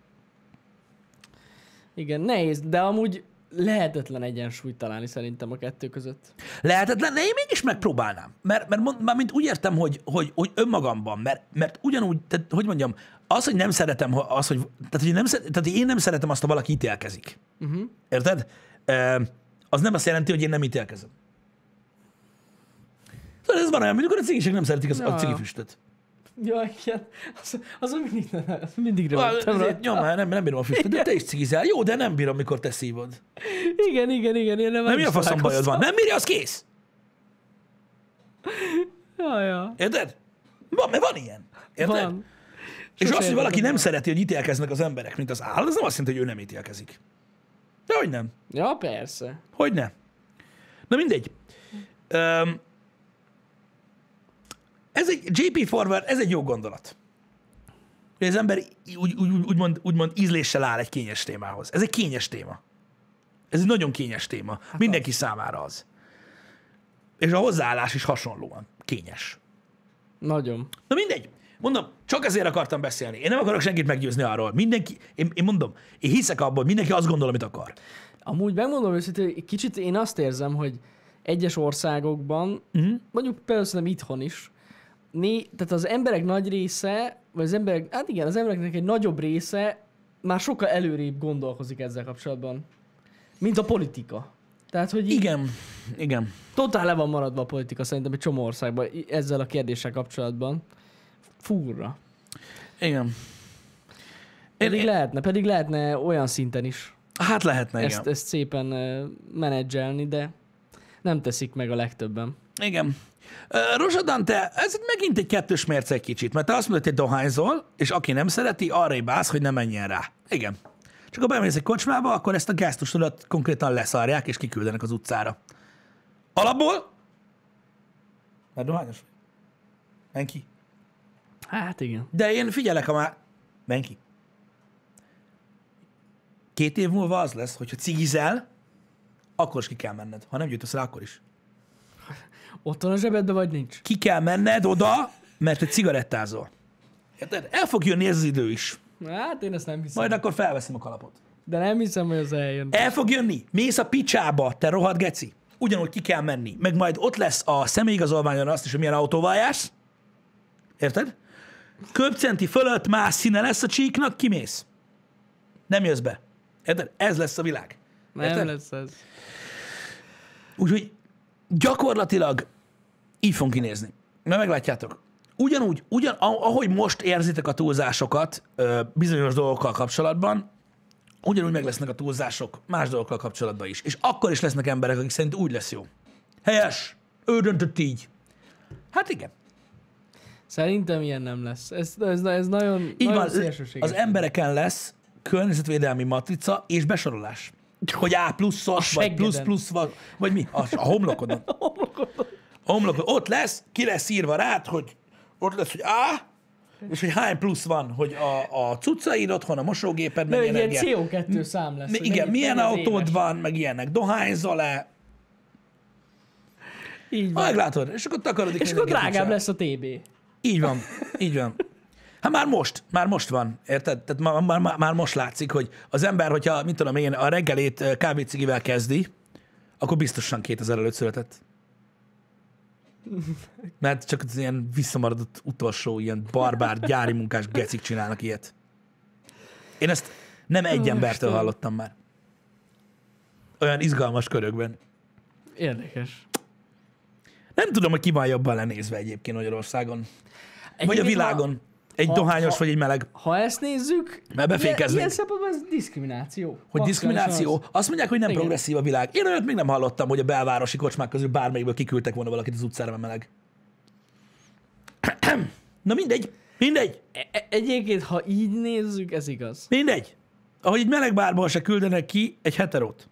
Igen, nehéz, de amúgy lehetetlen egyensúlyt találni szerintem a kettő között. Lehetetlen, de én mégis megpróbálnám. Mert, mert már mint úgy értem, hogy, hogy, hogy önmagamban, mert, mert ugyanúgy, tehát, hogy mondjam, az, hogy nem szeretem, az, hogy, tehát, hogy nem, tehát én nem szeretem azt, ha valaki ítélkezik. Uh-huh. Érted? E, az nem azt jelenti, hogy én nem ítélkezem. Szóval ez van olyan, amikor a cigisek nem szeretik az, ja. a cigifüstöt. Ja, igen. Az, az mindig, az mindig rögtem. Nyomál, nem, nem bírom a füstöt, de te is cigizel. Jó, de nem bírom, mikor te szívod. Igen, igen, igen. Én nem nem mi a faszom bajod van? Nem bírja, az kész. Ja, ja. Érted? Van, mert van ilyen. Érted? Van. És Sose az, hogy valaki nem van. Szereti, hogy ítélkeznek az emberek, mint az állat, az nem azt jelenti, hogy ő nem ítélkezik. De hogy nem? Ja, persze. Hogy nem? Na mindegy. Um, ez egy jé pé Forward, ez egy jó gondolat. Hogy az ember úgy, úgy, úgymond, úgymond ízléssel áll egy kényes témához. Ez egy kényes téma. Ez egy nagyon kényes téma. Hát mindenki az. Számára az. És a hozzáállás is hasonlóan kényes. Nagyon. Na mindegy. Mondom, csak ezért akartam beszélni. Én nem akarok senkit meggyőzni arról. Mindenki, én, én mondom, én hiszek abban, hogy mindenki azt gondol, amit akar. Amúgy megmondom őszintén, kicsit én azt érzem, hogy egyes országokban, uh-huh. mondjuk például szerintem itthon is, né, tehát az emberek nagy része, vagy az emberek, hát igen, az embereknek egy nagyobb része már sokkal előrébb gondolkozik ezzel kapcsolatban, mint a politika. Tehát, hogy igen, igen. Totál le van maradva a politika szerintem egy csomó országban ezzel a kérdéssel kapcsolatban. Fúrra. Igen. Pedig én, lehetne, pedig lehetne olyan szinten is. Hát lehetne, ezt, igen. Ezt szépen menedzselni, de nem teszik meg a legtöbben. Igen. Uh, Rozsadante, ez megint egy kettős mérce egy kicsit, mert te azt mondod, hogy te dohányzol, és aki nem szereti, arra állsz, hogy ne menjen rá. Igen. Csak ha bemész egy kocsmába, akkor ezt a gesztusodat konkrétan leszarják, és kiküldenek az utcára. Alapból? Mert dohányos vagy. Menj ki. Hát igen. De én figyelek, ha már... Menj ki. Két év múlva az lesz, hogyha cigizel, akkor is ki kell menned. Ha nem gyűjtesz rá, akkor is. Ott van a zsebedbe, vagy nincs? Ki kell menned oda, mert te cigarettázol. Érted? El fog jönni ez az idő is. Hát én ezt nem hiszem. Majd akkor felveszem a kalapot. De nem hiszem, hogy az eljön. El fog jönni. Mész a picsába, te rohadt geci. Ugyanúgy ki kell menni. Meg majd ott lesz a személyigazolványon azt is, hogy milyen autóval jársz. Érted? Köbcenti fölött más színe lesz a csíknak, kimész. Nem jössz be. Érted? Ez lesz a világ. Érted? Nem lesz ez. Úgyhogy gyakorlatilag így fog kinézni. Mert meglátjátok. Ugyanúgy, ugyan, ahogy most érzitek a túlzásokat bizonyos dolgokkal kapcsolatban, ugyanúgy meg lesznek a túlzások más dolgokkal kapcsolatban is. És akkor is lesznek emberek, akik szerint úgy lesz jó. Helyes, ő döntött így. Hát igen. Szerintem ilyen nem lesz. Ez, ez, ez nagyon, Így nagyon van, szélsőséges. az embereken lesz környezetvédelmi matrica és besorolás. Hogy A pluszos, vagy plusz plusz, vagy, vagy mi? A, a homlokodon. A homlokodon. A homlokodon. Ott lesz, ki lesz írva rád, hogy ott lesz, hogy A, és hogy hány plusz van, hogy a, a cuccaid otthon, a mosógéped, De meg egy ilyen ilyen cé o kettő szám lesz. igen, mennyi, milyen mennyi az autód éves. van, meg ilyenek, dohányzol-e, Így van. meglátod, és akkor takarodik. És akkor mindenki a drágább picsába. lesz a té bé. Így van, így van. Hát már most, már most van, érted? Tehát már, már, már- már most látszik, hogy az ember, hogyha, mit tudom én, a reggelét kávécigivel kezdi, akkor biztosan kétezer előtt született. Mert csak az ilyen visszamaradott utolsó, ilyen barbár, gyári munkás gecik csinálnak ilyet. Én ezt nem egy Ó, embertől Istenem. hallottam már. Olyan izgalmas körökben. Érdekes. Nem tudom, hogy ki van jobban lenézve egyébként Magyarországon. Vagy a Egyébként, világon. Egy ha- dohányos ha- vagy egy meleg. Ha, ha ezt nézzük, Mert befékeznék. ilyen, ilyen szempontból ez diszkrimináció. Hogy Maximálisan diszkrimináció? az. Azt mondják, hogy nem Igen. progresszív a világ. Én olyat még nem hallottam, hogy a belvárosi kocsmák közül bármelyikből kiküldtek volna valakit az utcára, mert meleg. Na mindegy. Mindegy. E- e- Egyébként, ha így nézzük, ez igaz. Mindegy. Ahogy egy meleg bárból se küldenek ki egy heterót.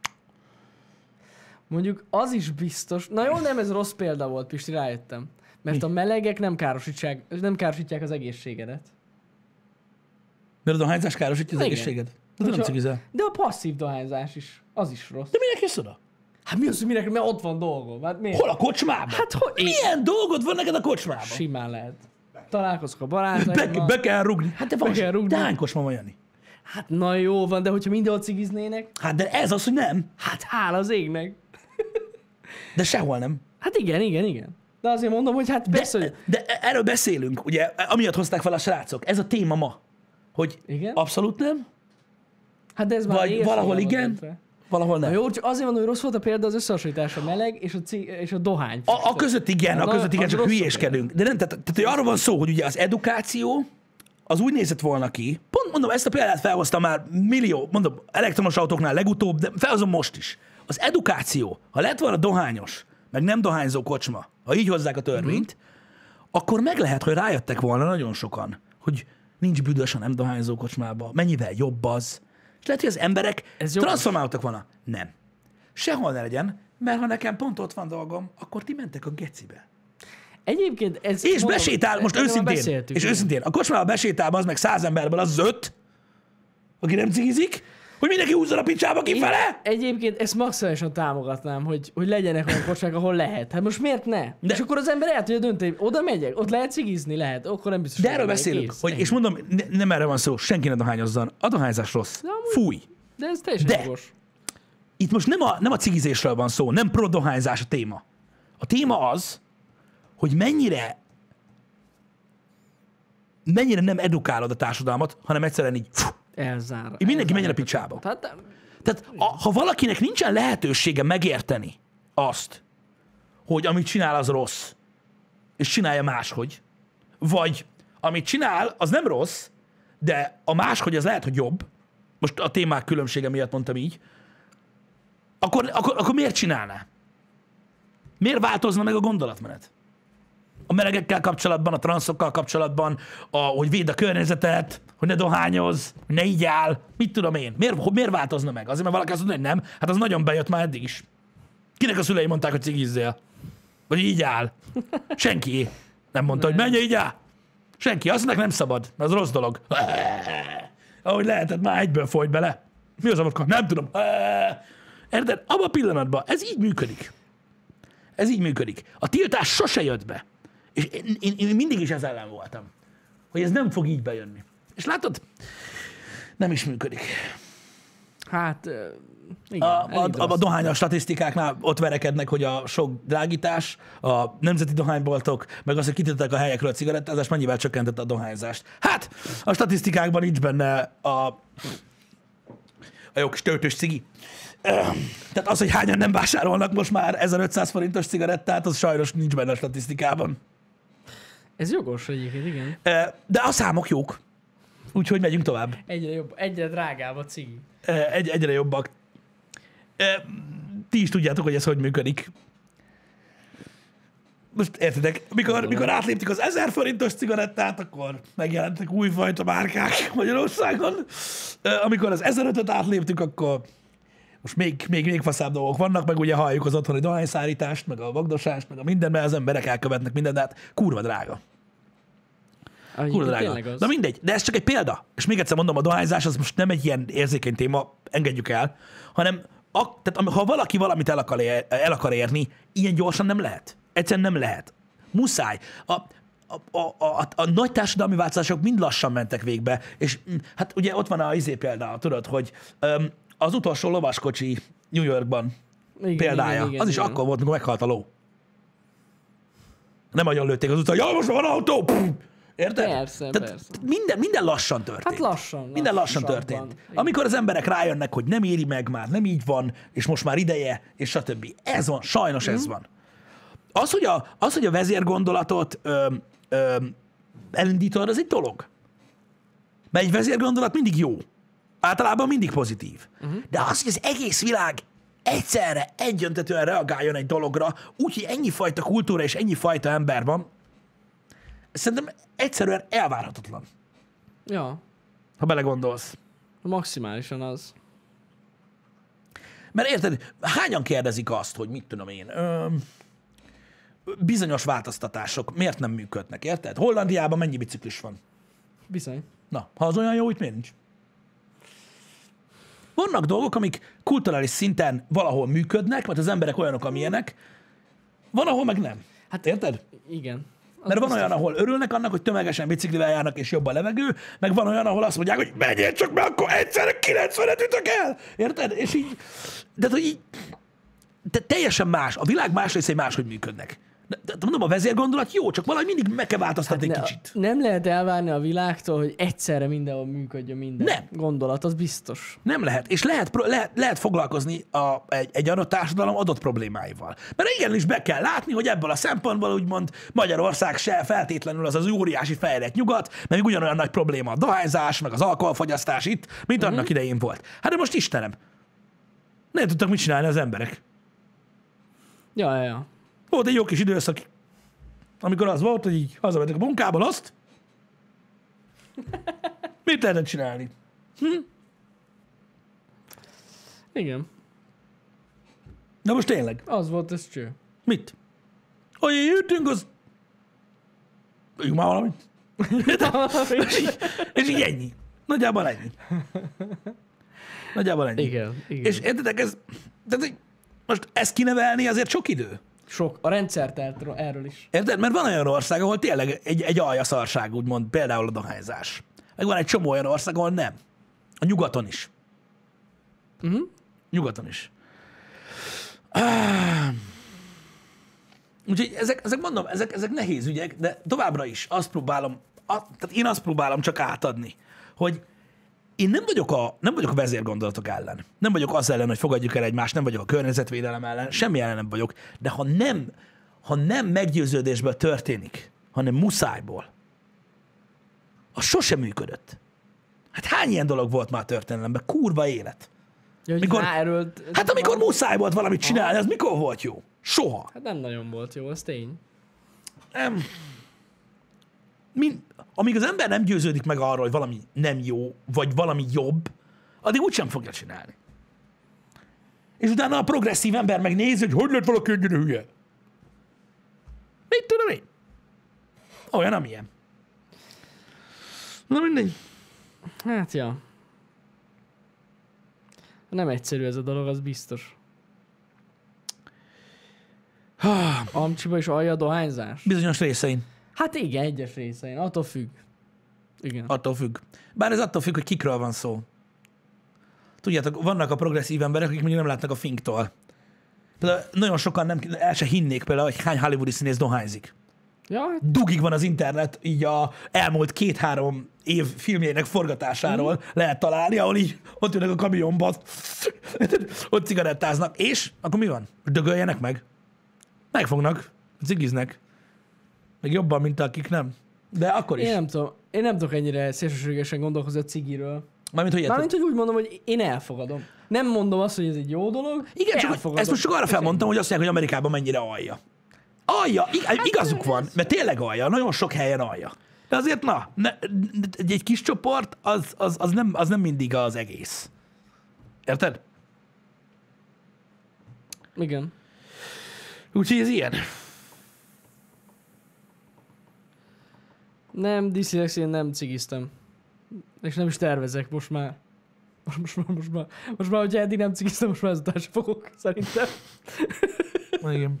Mondjuk az is biztos. Na jó, nem, ez rossz példa volt, Pisti, rájöttem. Mert a melegek nem károsítják, nem károsítják az egészségedet. Mert a dohányzás károsítja az Igen. egészséged. De nem Hogyha- cigizel. De a passzív dohányzás is, az is rossz. De minek jössz oda? Hát mi az, hogy minek, mert ott van dolgom. Hát miért? Hol a kocsmában? Hát hogy? Milyen dolgod van neked a kocsmában? Simán lehet. Találkozok a Be, barátaimmal. be kell rugni. Hát te Be van, kell rugni. de hány kocsma van, Jani? Hát na jó van, de hogyha mindenhol cigiznének, Hát de ez az, hogy nem. hát hála az égnek. De sehol nem. Hát igen, igen, igen. De azért mondom, hogy hát persze, De, hogy... de erről beszélünk, ugye, amiatt hozták fel a srácok. Ez a téma ma. Hogy Igen? abszolút nem, Hát de ez már vagy réges valahol volna igen, döntve. valahol Na nem. jó, csak azért mondom, hogy rossz volt a példa az összehasonlítás a meleg és a, ci- és a dohány. A, a között igen, a Na, között igen, az csak rosszabb hülyéskedünk. De nem, tehát, tehát hogy arról van szó, hogy ugye az edukáció az úgy nézett volna ki, pont mondom, ezt a példát felhoztam már millió, mondom, elektromos autóknál legutóbb, de felhozom most is. Az edukáció, ha lett volna dohányos, meg nem dohányzó kocsma, ha így hozzák a törvényt, mm-hmm. akkor meg lehet, hogy rájöttek volna nagyon sokan, hogy nincs büdös a nem dohányzó kocsmába, mennyivel jobb az. És lehet, hogy az emberek Ez jogos. transformáltak volna. Nem. Sehol ne legyen, mert ha nekem pont ott van dolgom, akkor ti mentek a gecibe. Egyébként ez... És mondom, besétál, most erről már őszintén, beszéltünk, és igen. őszintén, a kocsmába besétál, az meg száz emberből az az öt, aki nem cigizik, hogy mindenki húzzon a picsába kifele. Egyébként ezt maximálisan támogatnám, hogy, hogy legyenek olyan kocsmák, ahol lehet. Hát most miért ne? De- De... És akkor az ember el tudja dönteni, oda megyek, ott lehet cigizni, lehet, akkor nem biztos. De hogy erről megyek, beszélünk, kész. hogy, Ennyi. és mondom, ne, nem erre van szó, senki ne dohányozzon. A dohányzás rossz. amúgy- Fúj. De ez teljesen De- jogos. Itt most nem a, nem a cigizésről van szó, nem pro-dohányzás a téma. A téma az, hogy mennyire mennyire nem edukálod a társadalmat, hanem egyszerűen így, fú, Elzár. így mindenki menjen a picsába. Hát, Tehát a, ha valakinek nincsen lehetősége megérteni azt, hogy amit csinál, az rossz, és csinálja máshogy, vagy amit csinál, az nem rossz, de a máshogy az lehet, hogy jobb, most a témák különbsége miatt mondtam így, akkor, akkor, akkor miért csinálná? Miért változna meg a gondolatmenet? A melegekkel kapcsolatban, a transzokkal kapcsolatban, a, hogy védd a környezetet, hogy ne dohányoz, hogy ne így áll, mit tudom én. Miért, hogy miért változna meg? Azért, mert valaki azt mondja, hogy nem. Hát az nagyon bejött már eddig is. Kinek a szülei mondták, hogy cigizzél? Vagy így áll? Senki nem mondta, hogy menj így áll. Senki. Azt mondják, nem szabad, mert az rossz dolog. Ahogy lehetett, már egyből folyt bele. Mi az a vodka? Nem tudom. Érted? Abban a pillanatban ez így működik. Ez így működik. A tiltás sose jött be. És én, én, én mindig is ez ellen voltam. Hogy ez nem fog így bejönni. És látod? Nem is működik. hát ö, igen, A, a, elég a, a rossz. dohányos statisztikáknál ott verekednek, hogy a sok drágítás, a nemzeti dohányboltok, meg az, hogy kitiltották a helyekről a cigarettázást, mennyivel csökkentette a dohányzást. Hát, a statisztikákban nincs benne a, a jó kis töltős cigi. Tehát az, hogy hányan nem vásárolnak most már ezerötszáz forintos cigarettát, az sajnos nincs benne a statisztikában. Ez jogos egyébként, igen. De a számok jók. Úgyhogy megyünk tovább. Egyre jobb, egyre drágább a cigi. Egy, egyre jobbak. Ti is tudjátok, hogy ez hogy működik. most értitek, mikor, mikor átléptük az ezer forintos cigarettát, akkor megjelentek újfajta márkák Magyarországon. Amikor az ezerötöt átléptük, akkor most még, még, még faszább dolgok vannak, meg ugye halljuk az otthoni dohányszárítást, meg a vagdosást, meg a minden, mert az emberek elkövetnek mindent, de hát kurva drága. Kurva drága. Na mindegy, de ez csak egy példa. És még egyszer mondom, a dohányzás az most nem egy ilyen érzékeny téma, engedjük el, hanem a, tehát, ha valaki valamit el akar, ér, el akar érni, ilyen gyorsan nem lehet. Egyszerűen nem lehet. Muszáj. A, a, a, a, a nagy társadalmi változások mind lassan mentek végbe, és hát ugye ott van a izé példa, tudod, hogy um, az utolsó lovaskocsi New Yorkban igen, példája, igen, igen, az is igen. Akkor volt, amikor meghalt a ló. Nem nagyon lőtték az utcán, jaj, most van autó! Pff! Érted? Persze, Tehát persze. Minden, minden lassan történt. Hát lassan. Minden lassan történt. Amikor az emberek rájönnek, hogy nem éri meg már, nem így van, és most már ideje, és stb. Ez van, sajnos mm. ez van. Az, hogy a, az, hogy a vezérgondolatot ö, ö, elindítod, az egy dolog. Mert egy vezérgondolat mindig jó. Általában mindig pozitív. Uh-huh. De az, hogy az egész világ egyszerre, egyöntetően reagáljon egy dologra, úgyhogy ennyi fajta kultúra és ennyi fajta ember van, szerintem egyszerűen elvárhatatlan. Ja. Ha belegondolsz. Maximálisan az. Mert érted, hányan kérdezik azt, hogy mit tudom én, ö, bizonyos változtatások miért nem működnek, érted? Hollandiában mennyi biciklis van? Bizony. Na, ha az olyan jó, itt miért nincs? Vannak dolgok, amik kulturális szinten valahol működnek, mert az emberek olyanok, amilyenek, van, ahol meg nem. Hát érted? Igen. Mert van olyan, ahol örülnek annak, hogy tömegesen biciklivel járnak, és jobb a levegő, meg van olyan, ahol azt mondják, hogy menjél csak, mert akkor egyszerre kilencvenet ütök el. Érted? És így, de, hogy így, de teljesen más. A világ más részei máshogy működnek. De, de mondom, a vezérgondolat jó, csak valahogy mindig meg kell változtatni hát egy kicsit. Nem lehet elvárni a világtól, hogy egyszerre mindenhol működjön minden nem. gondolat, az biztos. Nem lehet. És lehet, lehet, lehet foglalkozni a, egy, egy adott társadalom adott problémáival. Mert igenis be kell látni, hogy ebből a szempontból úgymond Magyarország se feltétlenül az az óriási fejlett nyugat, mert még ugyanolyan nagy probléma a dohányzás, meg az alkoholfogyasztás itt, mint uh-huh. annak idején volt. Hát de most Istenem, nem tudtak mit csinálni az emberek. Ja, ja, ja. Volt egy jó kis időszak, amikor az volt, hogy így hazamentek a munkából, azt mit lehetett csinálni? Hm? Igen. De most tényleg. Az volt, ez cső. Mit? Hogy jöttünk, az... Üljünk már valamit. és, így, és így ennyi. Nagyjából ennyi. Nagyjából ennyi. Igen, igen. És értedek, ez... Tehát, most ezt kinevelni azért sok idő. Sok. A rendszer telt erről is. Érted? Mert van olyan ország, ahol tényleg egy, egy aljaszarság, úgymond, például a dohányzás. Meg van egy csomó olyan ország, ahol nem. A nyugaton is. Uh-huh. Nyugaton is. Ah. Úgyhogy ezek, ezek mondom, ezek, ezek nehéz ügyek, de továbbra is azt próbálom, a, tehát én azt próbálom csak átadni, hogy én nem vagyok a, nem vagyok a vezérgondolatok ellen. Nem vagyok az ellen, hogy fogadjuk el egymást, nem vagyok a környezetvédelem ellen, semmi ellen nem vagyok. De ha nem, ha nem meggyőződésből történik, hanem muszájból, az sosem működött. Hát hány ilyen dolog volt már a történelemben? Kurva élet. Ja, mikor, erről, hát amikor van... muszáj volt valamit csinálni, az mikor volt jó? Soha. Hát nem nagyon volt jó, az tény. Nem. Mind, amíg az ember nem győződik meg arról, hogy valami nem jó, vagy valami jobb, addig úgysem fogja csinálni. És utána a progresszív ember megnézi, hogy hogy lett valaki ennyire hülye. Mit tudom én? Olyan, amilyen. Na mindegy. Hát ja. Nem egyszerű ez a dolog, az biztos. Amcsiba is alja a dohányzás? Bizonyos részein. Hát igen, egyes részein. Attól függ. Igen. Attól függ. Bár ez attól függ, hogy kikről van szó. Tudjátok, vannak a progresszív emberek, akik még nem látnak a finktól. Például nagyon sokan nem, el se hinnék például, hogy hány hollywoodi színész dohányzik. Ja, hát... Dugig van az internet, így a elmúlt két-három év filmjének forgatásáról mm. lehet találni, ahol így ott ülnek a kamionba, ott cigarettáznak, és akkor mi van? Dögöljenek meg. Megfognak, cigiznek. Meg jobban, mint akik nem. De akkor is. Én nem tudom, én nem tudok ennyire szélsőségesen gondolkozni a cigiről. Mármint, hogy, Mármint, hogy úgy mondom, hogy én elfogadom. Nem mondom azt, hogy ez egy jó dolog. Igen, csak ezt most csak arra felmondtam, hogy azt mondják, hogy Amerikában mennyire alja. alja, igazuk van, mert tényleg alja, nagyon sok helyen alja. De azért na, ne, egy, egy kis csoport az, az, az, nem, az nem mindig az egész. Érted? Igen. Úgyhogy ez ilyen. Nem, dé cé-nek én nem cigiztem. És nem is tervezek most már. Most, most, most, most már, most már, hogyha eddig nem cigiztem, most már ezután sem fogok, szerintem. Igen.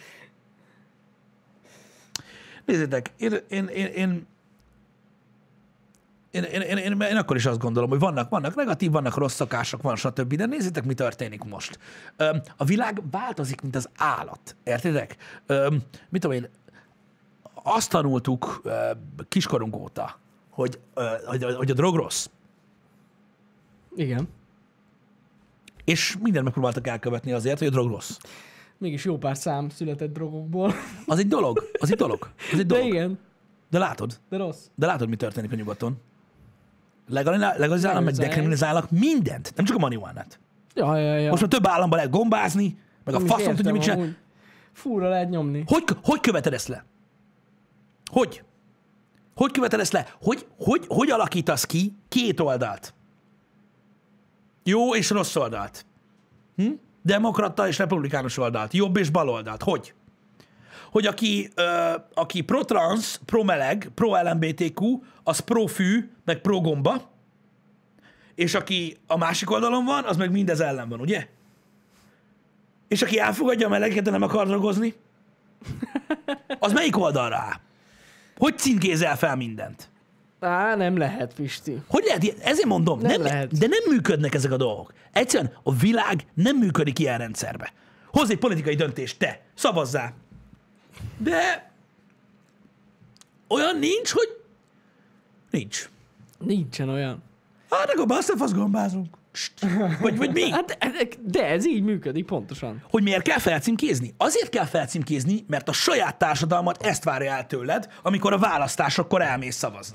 Nézzétek, én, én, én, én, én, én, én, én, én akkor is azt gondolom, hogy vannak, vannak negatív, vannak rossz szokások, van stb. De nézzétek, mi történik most. A világ változik, mint az állat. Értitek? Mit tudom én, azt tanultuk kiskorunk óta, hogy, hogy, hogy a drog rossz. Igen. És mindent megpróbáltak elkövetni azért, hogy a drog rossz. Mégis jó pár szám született drogokból. Az egy dolog, az egy dolog. Az egy De dolog. igen. De látod? De rossz. De látod, mi történik a nyugaton? Legalizálnak, meg dekriminalizálnak mindent, nem csak a marihuánát. Ja, ja, ja. Most már több államban lehet gombázni, meg a faszom tudja, mit csinál. Fúra lehet nyomni. Hogy, hogy követed ezt le? Hogy? Hogy követed ezt le? Hogy, hogy, hogy alakítasz ki két oldalt? Jó és rossz oldalt. Hm? Demokrata és republikánus oldalt. Jobb és bal oldalt. Hogy? Hogy aki, ö, aki pro-trans, pro-meleg, pro-el em bé té kú, az pro-fű, meg pro-gomba, és aki a másik oldalon van, az meg mindez ellen van, ugye? És aki elfogadja a meleget, de nem akar drogozni, az melyik oldalra áll? Hogy címkézel fel mindent? Á, nem lehet, Pisti. Hogy lehet ilyen? Ezért mondom, Nem nem, lehet. de nem működnek ezek a dolgok. Egyszerűen a világ nem működik ilyen rendszerbe. Hozz egy politikai döntést, te, szavazzál. De olyan nincs, hogy nincs. Nincsen olyan. Hát, akkor azt fasz gombázunk. Vagy, vagy mi? Hát, de ez így működik, pontosan. Hogy miért kell felcímkézni? Azért kell felcímkézni, mert a saját társadalmat ezt várja el tőled, amikor a választásokkor elmész szavazni.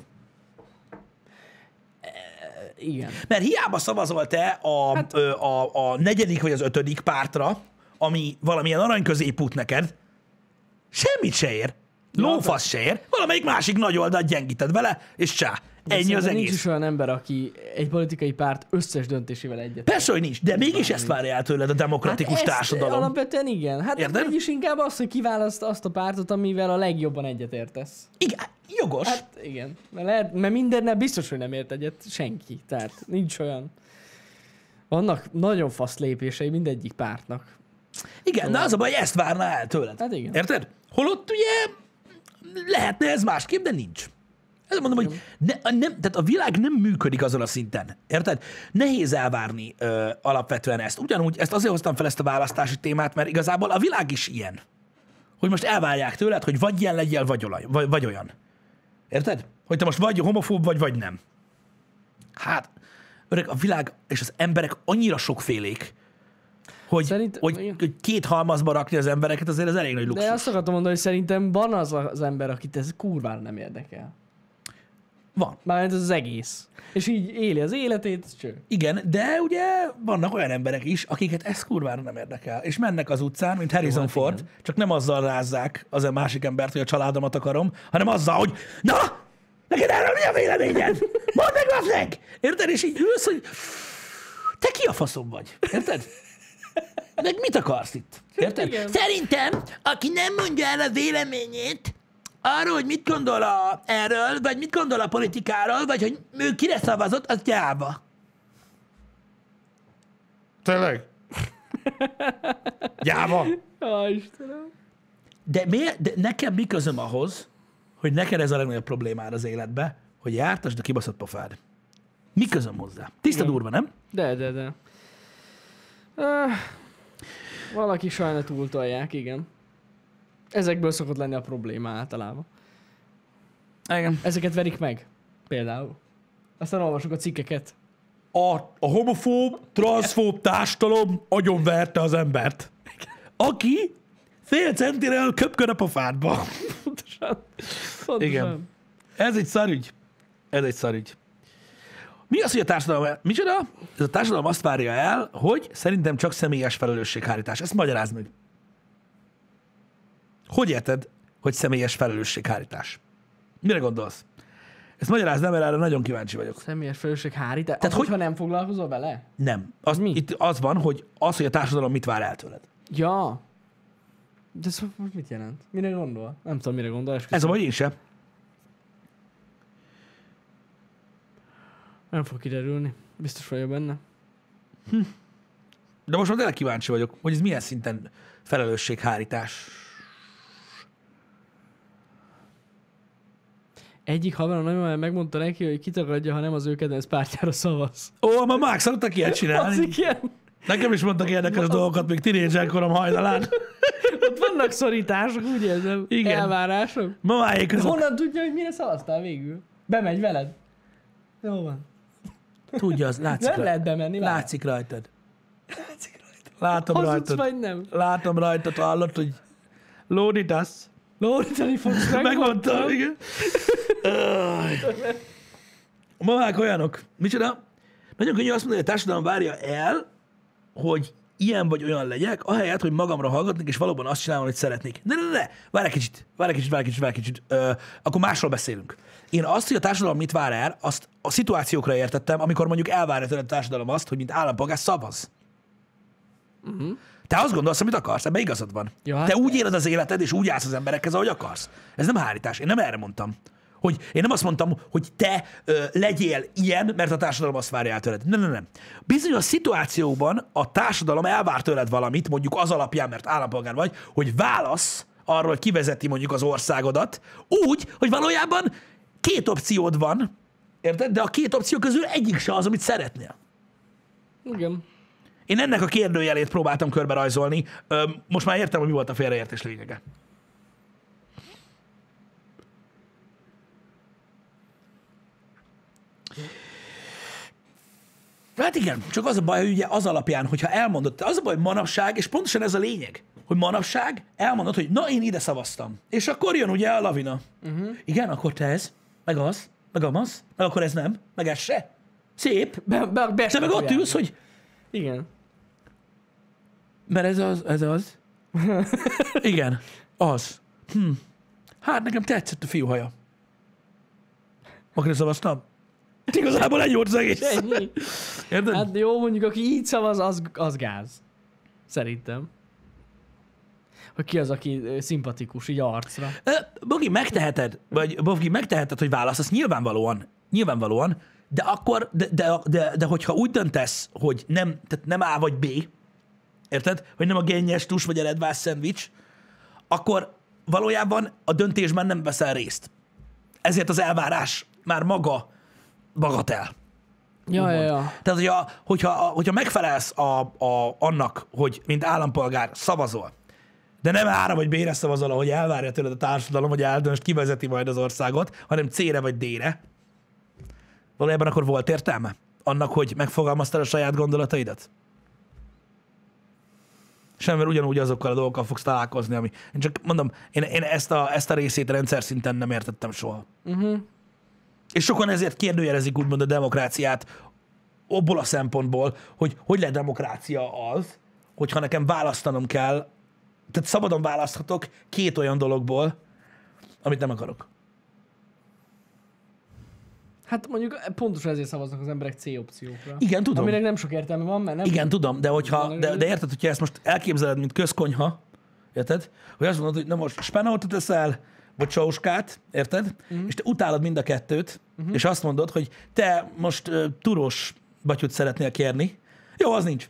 Igen. Mert hiába szavazol te a, hát, a, a, a negyedik vagy az ötödik pártra, ami valamilyen arany középút neked, semmit se ér. Lófasz se ér. Valamelyik másik nagy oldalt gyengíted vele, és csá. De ennyi az egész. Nincs is olyan ember, aki egy politikai párt összes döntésével egyet. Persze, hogy nincs, de mégis ezt várja el tőled a demokratikus hát társadalom. Alapvetően igen. Hát Érted? mégis inkább az, hogy kiválaszt azt a pártot, amivel a legjobban egyetértesz. Igen, jogos. Hát igen. Mert, lehet, mert mindennel biztos, hogy nem ért egyet senki. Tehát nincs olyan. Vannak nagyon fasz lépései mindegyik pártnak. Igen, de az a baj, hogy ezt várná el tőled. Hát igen. Érted? Holott ugye lehetne ez másképp, de nincs. Ezt mondom, hogy ne, nem, tehát a világ nem működik azon a szinten. Érted? Nehéz elvárni ö, alapvetően ezt. Ugyanúgy ezt azért hoztam fel ezt a választási témát, mert igazából a világ is ilyen. Hogy most elvárják tőled, hogy vagy ilyen legyél, vagy, olaj, vagy, vagy olyan. Érted? Hogy te most vagy homofób, vagy vagy nem. Hát, öreg, a világ és az emberek annyira sokfélék, hogy, Szerint, hogy, hogy két halmazba rakni az embereket, azért ez elég nagy luxus. De azt akartam mondani, hogy szerintem van az az ember, akit ez kurvára nem érdekel. Van. Mármint ez az egész. És így éli az életét, cső. Igen, de ugye vannak olyan emberek is, akiket ez kurvára nem érdekel, és mennek az utcán, mint Harrison Jó, Ford, igen. csak nem azzal rázzák az a másik embert, hogy a családomat akarom, hanem azzal, hogy na, neked erről mi a véleményed? Mondd meg, mondd meg! Érted? És így ülsz, hogy te ki a faszom vagy? Érted? Meg mit akarsz itt? Érted? Igen. Szerintem, aki nem mondja el a véleményét, arról, hogy mit gondol a, erről, vagy mit gondol a politikáról, vagy hogy ő kire szavazott, az gyáva. Tényleg? Gyáva. Ó, Istenem. De, miért, de nekem mi közöm ahhoz, hogy neked ez a legnagyobb problémád az életbe, hogy jártasd a kibaszott pofád. Mi közöm hozzá? Tiszta durva, nem? De, de, de. Uh, valaki sajna túltolják, igen. Ezekből szokott lenni a probléma általában. Igen. Ezeket verik meg, például. Aztán olvasok a cikkeket. A, a homofób, transzfób társadalom agyonverte az embert. Aki fél centiről köpköd a pofádba. Pontosan. Pontosan. Igen. Ez egy szarügy. Ez egy szarügy. Mi az, hogy a társadalom... Micsoda? Ez a társadalom azt várja el, hogy szerintem csak személyes felelősséghárítás. Ezt magyarázd meg. Hogy érted, hogy személyes felelősséghárítás? Mire gondolsz? Ezt magyarázd, nem, mert erre nagyon kíváncsi vagyok. Személyes felelősség hárítás? Tehát Tehát, hogy- hogyha nem foglalkozol vele? Nem. Az, Mi? itt az van, hogy az, hogy a társadalom mit vár el tőled. Ja. De ez most mit jelent? Mire gondol? Nem tudom, mire gondol. esküszöm. Ez a vagy én sem. Nem fog kiderülni. Biztos vagyok benne. De most már tényleg kíváncsi vagyok, hogy ez milyen szinten felelősséghárítás. Egyik haverom nagymamám megmondta neki, hogy kitagadja, ha nem az ő kedvenc pártjára szavaz. Ó, ma Max szoktak ilyet Az csinálni. igen. Nekem is mondtak érdekes dolgokat még tinédzserkorom hajnalán. Ott vannak szorítások, úgy érzem. Igen. Elvárások. Mamáék De azok. honnan tudja, hogy mire szavaztál végül? Bemegy veled. Jó van. Tudja, az látszik, Nem rajtad. lehet bemenni. várj. látszik rajtad. Látszik rajtad. Látom Hazudsz rajtad. vagy nem? Látom rajtad, hallott, hogy lódítasz. Lórítani fogsz, Megmondtam, igen. Öj. A mamák olyanok. Micsoda? Nagyon könnyű azt mondani, hogy a társadalom várja el, hogy ilyen vagy olyan legyek, ahelyett, hogy magamra hallgatnék, és valóban azt csinálom, hogy szeretnék. Ne, ne, ne, ne. Várj egy kicsit, várj egy kicsit, várj egy kicsit, várj egy kicsit. Ö, akkor másról beszélünk. Én azt, hogy a társadalom mit vár el, azt a szituációkra értettem, amikor mondjuk elvárja tőled a társadalom azt, hogy mint állampolgár szavaz. Uh-huh. Te azt gondolsz, amit akarsz, ebben igazad van. Ja, hát Te úgy éled az életed, és úgy állsz az emberekhez, ahogy akarsz. Ez nem hárítás. Én nem erre mondtam. Hogy én nem azt mondtam, hogy te ö, legyél ilyen, mert a társadalom azt várja el tőled. Nem, nem, nem. Bizonyos szituációban a társadalom elvár tőled valamit, mondjuk az alapján, mert állampolgár vagy, hogy válasz arról, hogy kivezeti mondjuk az országodat, úgy, hogy valójában két opciód van, érted? De a két opció közül egyik se az, amit szeretnél. Igen. Én ennek a kérdőjelét próbáltam körbe rajzolni. Ö, most már értem, hogy mi volt a félreértés lényege. Hát igen, csak az a baj, hogy ugye az alapján, hogyha elmondod, az a baj, hogy manapság, és pontosan ez a lényeg, hogy manapság elmondod, hogy na, én ide szavaztam. És akkor jön ugye a lavina. Uh-huh. Igen, akkor te ez, meg az, meg amaz, meg akkor ez nem, meg ez se. Szép. Be, be, be Te meg ott ülsz, hogy Igen. mert ez az, ez az. Igen, az. Hm. Hát nekem tetszett a fiú haja. Akkor szavaztam. Igazából egy volt az egész. Ennyi. Érted? Hát jó, mondjuk aki így szavaz, az, az gáz. Szerintem. Hogy ki az, aki ö, szimpatikus, így arcra. Ö, Bogi, megteheted, vagy Bogi, megteheted, hogy választasz, nyilvánvalóan, nyilvánvalóan, de akkor, de, de, de, de hogyha úgy döntesz, hogy nem, tehát nem A vagy B, érted? Hogy nem a gennyes tus vagy a redvász szendvics, akkor valójában a döntésben nem veszel részt. Ezért az elvárás már maga bagatel. Ja, ja, ja. Tehát, hogyha, hogyha, hogyha megfelelsz a, a, annak, hogy mint állampolgár szavazol, de nem A-ra vagy B-re szavazol, ahogy elvárja tőled a társadalom, hogy eldöntsd, kivezeti majd az országot, hanem C-re vagy D-re, valójában akkor volt értelme annak, hogy megfogalmaztad a saját gondolataidat? Sem, mert ugyanúgy azokkal a dolgokkal fogsz találkozni, ami... Én csak mondom, én, én ezt, a, ezt a részét rendszer szinten nem értettem soha. Uh-huh. És sokan ezért kérdőjelezik úgymond a demokráciát abból a szempontból, hogy hogy lehet demokrácia az, hogyha nekem választanom kell, tehát szabadon választhatok két olyan dologból, amit nem akarok. Hát mondjuk pontosan ezért szavaznak az emberek C opciókra. Igen, tudom. Aminek nem sok értelme van, mert nem... Igen, tudom, de hogyha, de, de érted, hogyha ezt most elképzeled, mint közkonyha, érted? Hogy azt mondod, hogy na most spenótot eszel, vagy csauskát, érted? Uh-huh. És te utálod mind a kettőt, uh-huh. és azt mondod, hogy te most uh, turós batyut szeretnél kérni. Jó, az nincs.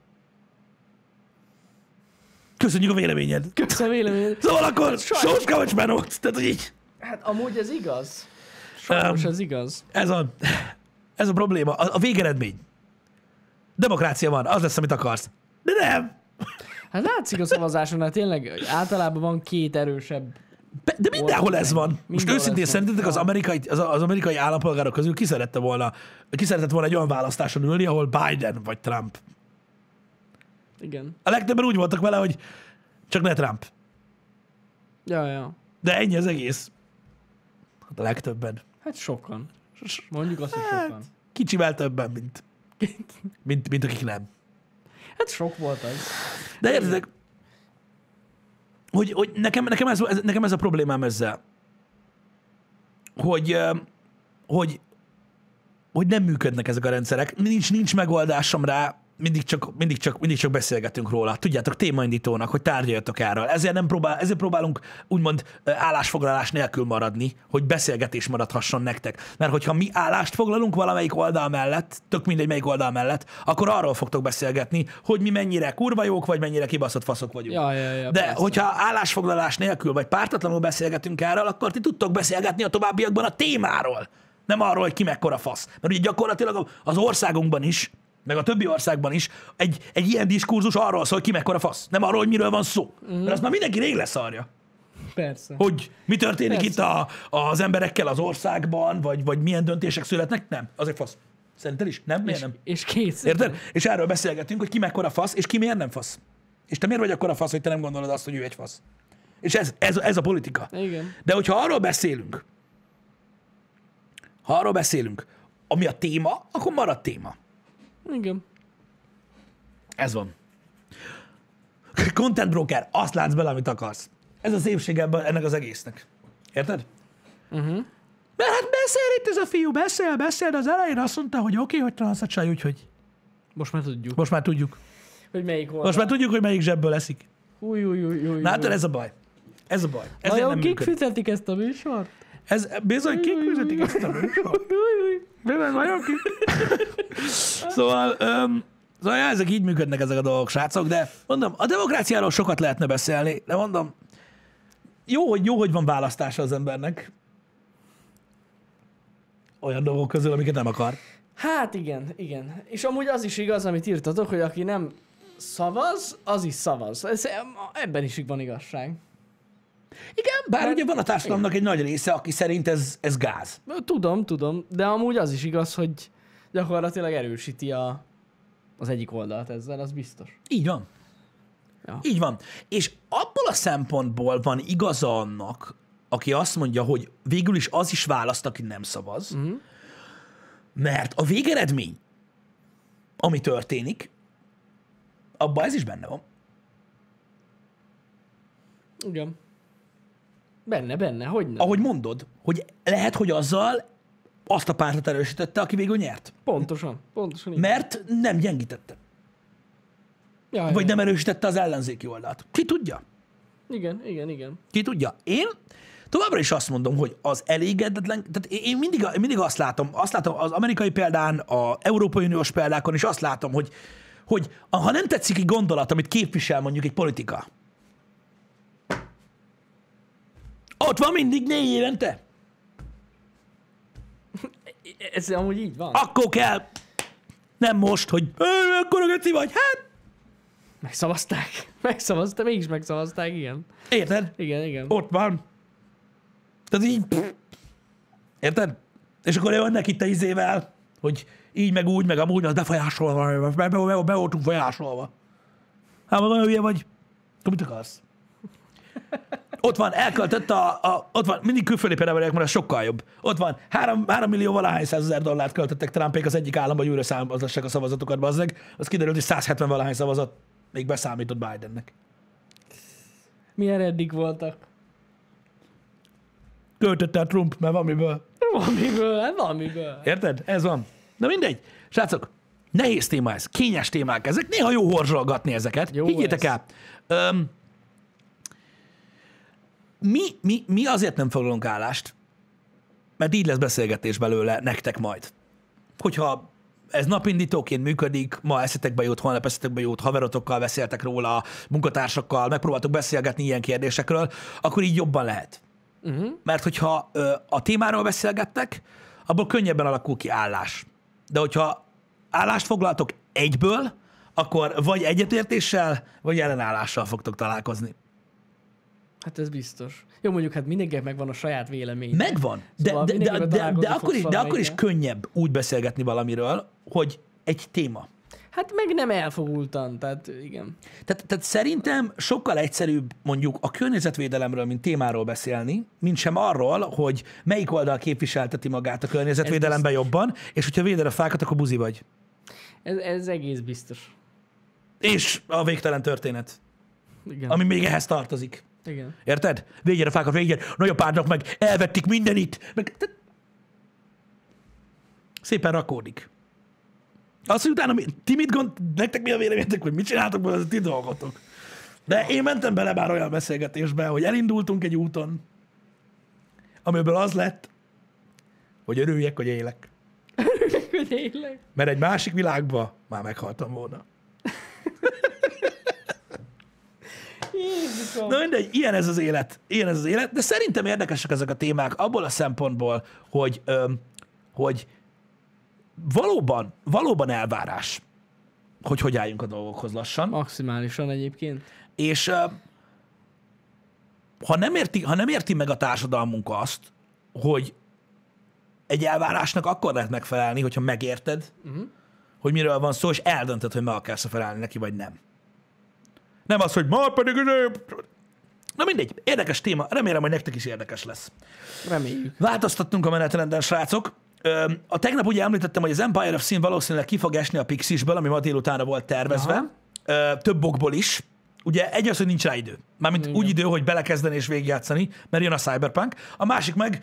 Köszönjük a véleményed. Köszönöm véleményed. Szóval akkor Sajnos. sóska vagy spenót. Tehát, hogy így. Hát amúgy ez igaz. Sajnos Um, ez igaz. Ez a, ez a probléma. A, a végeredmény. Demokrácia van, az lesz, amit akarsz. De nem. Hát látszik a szavazáson, hát tényleg általában van két erősebb. Be- De mindenhol ez van. Most Mindenhol őszintén ez van. szerintetek az amerikai, az, az amerikai állampolgárok közül ki szerette volna, ki szeretett volna egy olyan választáson ülni, ahol Biden vagy Trump. Igen. A legtöbben úgy voltak vele, hogy csak ne Trump. Ja, ja. De ennyi az egész. Hát a legtöbben. Hát sokan. Mondjuk azt, hogy sokan. Kicsivel többen, mint, mint, mint akik nem. Hát sok volt az. De értedek, hogy, hogy nekem, nekem, ez, nekem ez a problémám ezzel, hogy, hogy, hogy nem működnek ezek a rendszerek, nincs, nincs megoldásom rá, mindig csak, mindig, csak, mindig csak beszélgetünk róla. Tudjátok, témaindítónak, hogy tárgyaljatok erről. Ezért, nem próbál, ezért próbálunk úgymond állásfoglalás nélkül maradni, hogy beszélgetés maradhasson nektek. Mert hogyha mi állást foglalunk valamelyik oldal mellett, tök mindegy melyik oldal mellett, akkor arról fogtok beszélgetni, hogy mi mennyire kurva jók, vagy mennyire kibaszott faszok vagyunk. Ja, ja, ja, De persze. hogyha állásfoglalás nélkül, vagy pártatlanul beszélgetünk erről, akkor ti tudtok beszélgetni a továbbiakban a témáról. Nem arról, hogy ki mekkora fasz. Mert ugye gyakorlatilag az országunkban is, meg a többi országban is egy, egy ilyen diskurzus arról szól, hogy ki mekkora fasz. Nem arról, hogy miről van szó. Mm. Mert azt már mindenki rég leszarja. Persze. Hogy mi történik Persze. itt a, az emberekkel az országban, vagy, vagy milyen döntések születnek. Nem, azért fasz. Szerinted is? Nem? Miért és, nem? és kész. Érted? És erről beszélgetünk, hogy ki mekkora fasz, és ki miért nem fasz. És te miért vagy akkora fasz, hogy te nem gondolod azt, hogy ő egy fasz. És ez, ez, ez a politika. Igen. De hogyha arról beszélünk, ha arról beszélünk, ami a téma, akkor marad téma. Igen. Ez van. Content broker, azt látsz bele, amit akarsz. Ez a szépség ebben, ennek az egésznek. Érted? Uh-huh. Mert hát beszél itt ez a fiú, beszél, beszél, de az elején azt mondta, hogy oké, okay, hogy transzatsáj, úgyhogy Most már tudjuk. most már tudjuk. Hogy melyik volt. Most már tudjuk, hogy melyik zsebből eszik. Új, új, új, új. Na, hát ez a baj. Ez a baj. Ezért Vajon nem kik működik. fizetik ezt a műsort? Ez bizony kik fizetik ezt a műsort. Új, új. Bizony, vajon kik? Szóval, öm, szóval ja, ezek így működnek ezek a dolgok, srácok, de mondom, a demokráciáról sokat lehetne beszélni, de mondom, jó, hogy, jó, hogy van választása az embernek. Olyan dolgok közül, amiket nem akar. Hát igen, igen. És amúgy az is igaz, amit írtatok, hogy aki nem szavaz, az is szavaz. Ez, ebben is van igazság. Igen, bár Mert- ugye van a társadalomnak egy nagy része, aki szerint ez, ez gáz. Tudom, tudom, de amúgy az is igaz, hogy gyakorlatilag erősíti a, az egyik oldalt ezzel, az biztos. Így van. Ja. Így van. És abból a szempontból van igaza annak, aki azt mondja, hogy végül is az is választ, aki nem szavaz, Uh-huh. mert a végeredmény, ami történik, abban ez is benne van. Igen. Benne, benne, hogy nem. Ahogy mondod, hogy lehet, hogy azzal azt a pártot erősítette, aki végül nyert. Pontosan, pontosan így. Mert nem gyengítette. Jaj, Vagy nem erősítette az ellenzéki oldalt. Ki tudja? Igen, igen, igen. Ki tudja? Én továbbra is azt mondom, hogy az elégedetlen, tehát én mindig, mindig azt látom, azt látom az amerikai példán, az Európai Uniós példákon is azt látom, hogy, hogy ha nem tetszik egy gondolat, amit képvisel mondjuk egy politika, ott van mindig négy évente. Ez amúgy így van. Akkor kell, nem most, hogy akkor a geci vagy, hát Megszavazták. Megszavazták, mégis megszavazták, igen. érted? Igen, igen. Ott van. Tehát így, pff. Érted? És akkor jönnek itt a izével, hogy így, meg úgy, meg amúgy, az befolyásolva, be, be, be, be voltunk folyásolva. Hát meg olyan hülye vagy, akkor mit akarsz? Ott van, elköltött a, a ott van, mindig külföldi példával mert ez sokkal jobb. Ott van, három, három millió valahány százezer dollárt költöttek Trumpék az egyik államba, hogy újra számozassák a szavazatokat, bazzeg. Az kiderült, hogy száz hetven valahány szavazat még beszámított Bidennek. Milyen eddig voltak? Költötte a Trump, mert van miből. Valamiből, hát valamiből. Érted? Ez van. Na mindegy. Srácok, nehéz téma ez, kényes témák ezek, néha jó horzsolgatni ezeket. Jó Higgyétek ez. el. Öm, mi, mi, mi azért nem foglalunk állást, mert így lesz beszélgetés belőle nektek majd. Hogyha ez napindítóként működik, ma eszetekbe jót, holnap eszetekbe jót, haverotokkal beszéltek róla, munkatársakkal, megpróbáltok beszélgetni ilyen kérdésekről, akkor így jobban lehet. Uh-huh. Mert hogyha ö, a témáról beszélgettek, abból könnyebben alakul ki állás. De hogyha állást foglaltok egyből, akkor vagy egyetértéssel, vagy ellenállással fogtok találkozni. Hát ez biztos. Jó, mondjuk hát mindenkinek megvan a saját vélemény. Megvan, de, Szóval de, de, mindenkivel de, találkozni de, akkor, is, fogsz de akkor is valamelyikkel. könnyebb úgy beszélgetni valamiről, hogy egy téma. Hát meg nem elfogultan, tehát igen. Tehát, tehát szerintem sokkal egyszerűbb mondjuk a környezetvédelemről, mint témáról beszélni, mint sem arról, hogy melyik oldal képviselteti magát a környezetvédelemben jobban, és hogyha véded a fákat, akkor buzi vagy. Ez, ez egész biztos. És a végtelen történet, Igen. ami még ehhez tartozik. Igen. Érted? Végén a fákat, végén nagyapádnak meg elvették mindenit. Meg... Szépen rakódik. Azt, hogy utána mi, ti mit gond, nektek mi a véleményetek, hogy mit csináltok, az a ti dolgotok. De én mentem bele már olyan beszélgetésbe, hogy elindultunk egy úton, amiből az lett, hogy örüljek, hogy élek. Örüljek, hogy élek. Mert egy másik világba már meghaltam volna. Jézusom. Na mindegy, ilyen ez az élet. Ilyen ez az élet, de szerintem érdekesek ezek a témák abból a szempontból, hogy, öm, hogy valóban, valóban elvárás, hogy hogy álljunk a dolgokhoz lassan. Maximálisan egyébként. És öm, ha nem érti, ha nem érti meg a társadalmunk azt, hogy egy elvárásnak akkor lehet megfelelni, hogyha megérted, uh-huh. hogy miről van szó, és eldöntöd, hogy meg akarsz felelni neki, vagy nem. Nem az, hogy ma pedig... Na mindegy, érdekes téma. Remélem, hogy nektek is érdekes lesz. Reméljük. Változtattunk a menetrenden, srácok. A tegnap ugye említettem, hogy az Empire of Sin valószínűleg ki fog esni a Pixisből, ami ma délutánra volt tervezve. Aha. Több okból is. Ugye egy az, hogy nincs rá idő. Mármint igen. úgy idő, hogy belekezdeni és végigjátszani, mert jön a Cyberpunk. A másik meg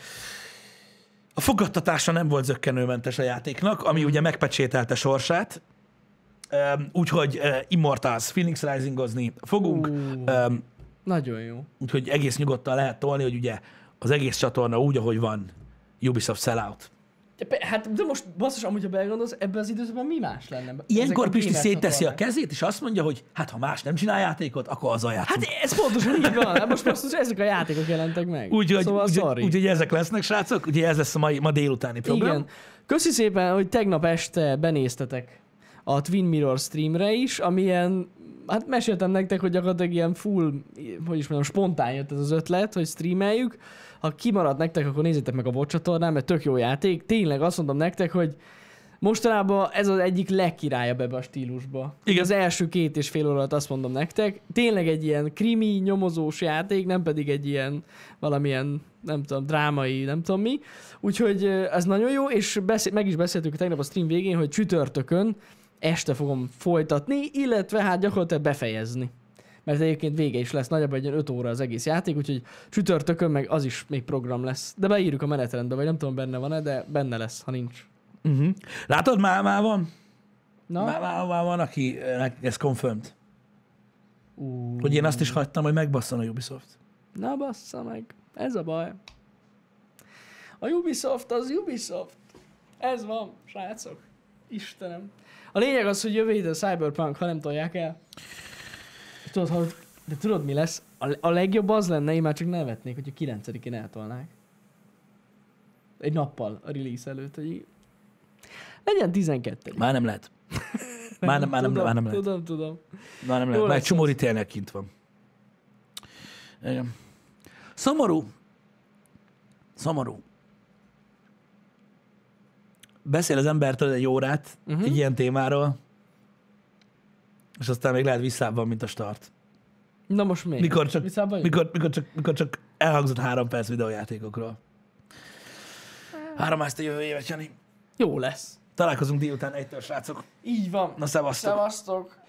a fogadtatása nem volt zökkenőmentes a játéknak, ami ugye megpecsételte sorsát. Úgyhogy uh, Immortals, Phoenix Risingozni fogunk. Uh, um, nagyon jó. Úgyhogy egész nyugodtan lehet tolni, hogy ugye az egész csatorna úgy, ahogy van, Ubisoft sellout. Hát de most basszus, amúgy ha belegondolsz, ebben az időszakban mi más lenne? Ilyenkor Pisti szétteszi a kezét, és azt mondja, hogy hát ha más nem csinál játékot, akkor az a játék. Hát ez pontosan így van. Hát most basszus, ezek a játékok jelentek meg. Úgyhogy szóval úgy, úgy, úgy, úgy ezek lesznek, srácok. Ugye ez lesz a mai, ma délutáni program. Igen. Köszi szépen, hogy tegnap este benéztetek a Twin Mirror streamre is, amilyen, hát meséltem nektek, hogy gyakorlatilag ilyen full, hogy is mondjam, spontán jött ez az ötlet, hogy streameljük. Ha kimaradt nektek, akkor nézzétek meg a VOD csatornán, mert tök jó játék. Tényleg azt mondom nektek, hogy mostanában ez az egyik legkirályabb ebbe a stílusba. Igen. Az első két és fél órát azt mondom nektek. Tényleg egy ilyen krimi, nyomozós játék, nem pedig egy ilyen valamilyen, nem tudom, drámai, nem tudom mi. Úgyhogy ez nagyon jó, és beszél, meg is beszéltük tegnap a stream végén, hogy csütörtökön este fogom folytatni, illetve hát gyakorlatilag befejezni. Mert egyébként vége is lesz, nagyjából egy ilyen öt óra az egész játék, úgyhogy csütörtökön meg az is még program lesz. De beírjuk a menetrendbe, vagy nem tudom benne van-e, de benne lesz, ha nincs. Uh-huh. Látod, már, már van? Na? Már, már, már van, aki ez confirmed. Uh. Hogy én azt is hagytam, hogy megbasszon a Ubisoft. Na bassza meg, ez a baj. A Ubisoft az Ubisoft. Ez van, srácok. Istenem. A lényeg az, hogy jövő ide a Cyberpunk, ha nem tolják el. Tudod, ha, de tudod mi lesz? A, a legjobb az lenne, én már csak nevetnék, hogy a kilencedikén eltolnák. Egy nappal a release előtt, hogy legyen tizenkettő. Már nem lehet. Már nem, már nem, tudom, már nem lehet. Tudom, tudom. Már nem lehet. Már egy csomó retailnek kint van. Igen. Szomorú. Szomorú. Beszél az embertől egy órát uh-huh. egy ilyen témáról, és aztán még lehet visszább van, mint a start. Na most még? Mikor csak, mikor, mikor, csak, mikor csak elhangzott három perc videójátékokról. Három ezt a jövő évet, Jani. Jó lesz. Találkozunk délután egytől, srácok. Így van. Na, szevasztok. Szevasztok.